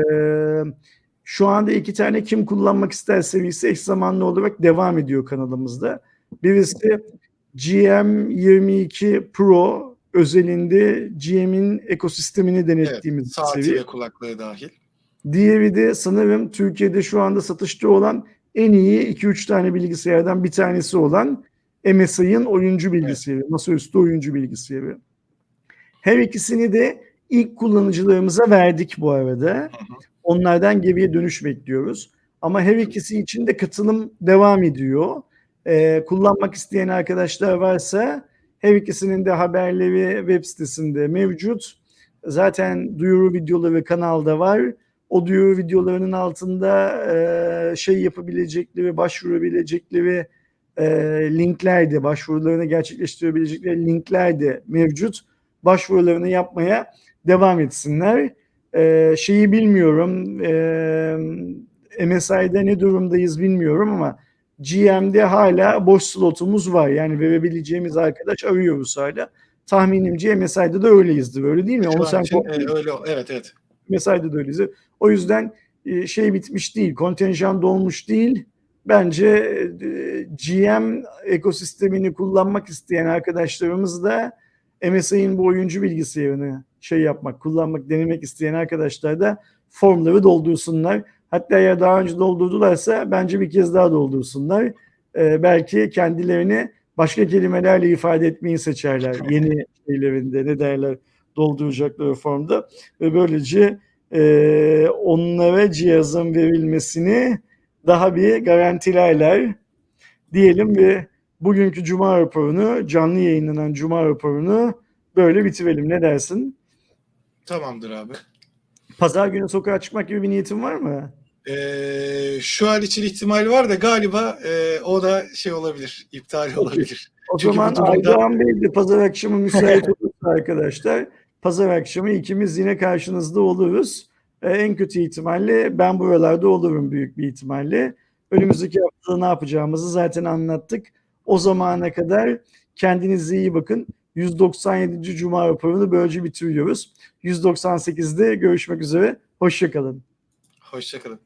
şu anda iki tane Kim Kullanmak İster serisi eş zamanlı olarak devam ediyor kanalımızda. Birisi G M yirmi iki Pro özelinde G M'in ekosistemini denettiğimiz Evet, saati seri. ve kulaklığı dahil. Diğeri de sanırım Türkiye'de şu anda satışta olan en iyi iki üç tane bilgisayardan bir tanesi olan M S I'ın oyuncu bilgisayarı, evet. Masaüstü oyuncu bilgisayarı. Her ikisini de ilk kullanıcılarımıza verdik bu arada. Hı hı. Onlardan geriye dönüş bekliyoruz. Ama her ikisi için de katılım devam ediyor. Ee, kullanmak isteyen arkadaşlar varsa her ikisinin de haberleri web sitesinde mevcut. Zaten duyuru videoları kanalda var. O duyuru videolarının altında e, şey yapabilecekleri, başvurabilecekleri e, linkler de, başvurularını gerçekleştirebilecekleri linkler de mevcut. Başvurularını yapmaya devam etsinler. E, şeyi bilmiyorum, e, M S I'de ne durumdayız bilmiyorum ama G M'de hala boş slotumuz var. Yani verebileceğimiz arkadaş arıyoruz hala. Tahminimce M S I'de de öyleyizdir. Öyle değil mi? Şu Onu sen için, e, öyle, evet evet. M S I'de de öyleyiz. O yüzden e, şey bitmiş değil, kontenjan dolmuş değil. Bence e, G M ekosistemini kullanmak isteyen arkadaşlarımız da M S I'nin bu oyuncu bilgisayarını şey yapmak, kullanmak, denemek isteyen arkadaşlar da formları doldursunlar. Hatta ya daha önce doldurdularsa bence bir kez daha doldursunlar. E, belki kendilerini başka kelimelerle ifade etmeyi seçerler. Yeni şeylerinde, ne derler, dolduracakları formda. Ve böylece e, onlara cihazın verilmesini daha bir garantilerler diyelim ve bugünkü Cuma raporunu, canlı yayınlanan Cuma raporunu böyle bitirelim. Ne dersin? Tamamdır abi. Pazar günü sokağa çıkmak gibi bir niyetin var mı? Ee, şu an için ihtimal var da galiba e, o da şey olabilir, iptal okay. olabilir. O Çünkü zaman durumda... Aydoğan Bey de pazar akşamı müsait olursa arkadaşlar, pazar akşamı ikimiz yine karşınızda oluruz. Ee, en kötü ihtimalle ben buralarda olurum büyük bir ihtimalle. Önümüzdeki haftada ne yapacağımızı zaten anlattık. O zamana kadar kendinize iyi bakın. yüz doksan yedinci Cuma raporunu böylece bitiriyoruz. yüz doksan sekizde görüşmek üzere. Hoşça kalın. Hoşça kalın.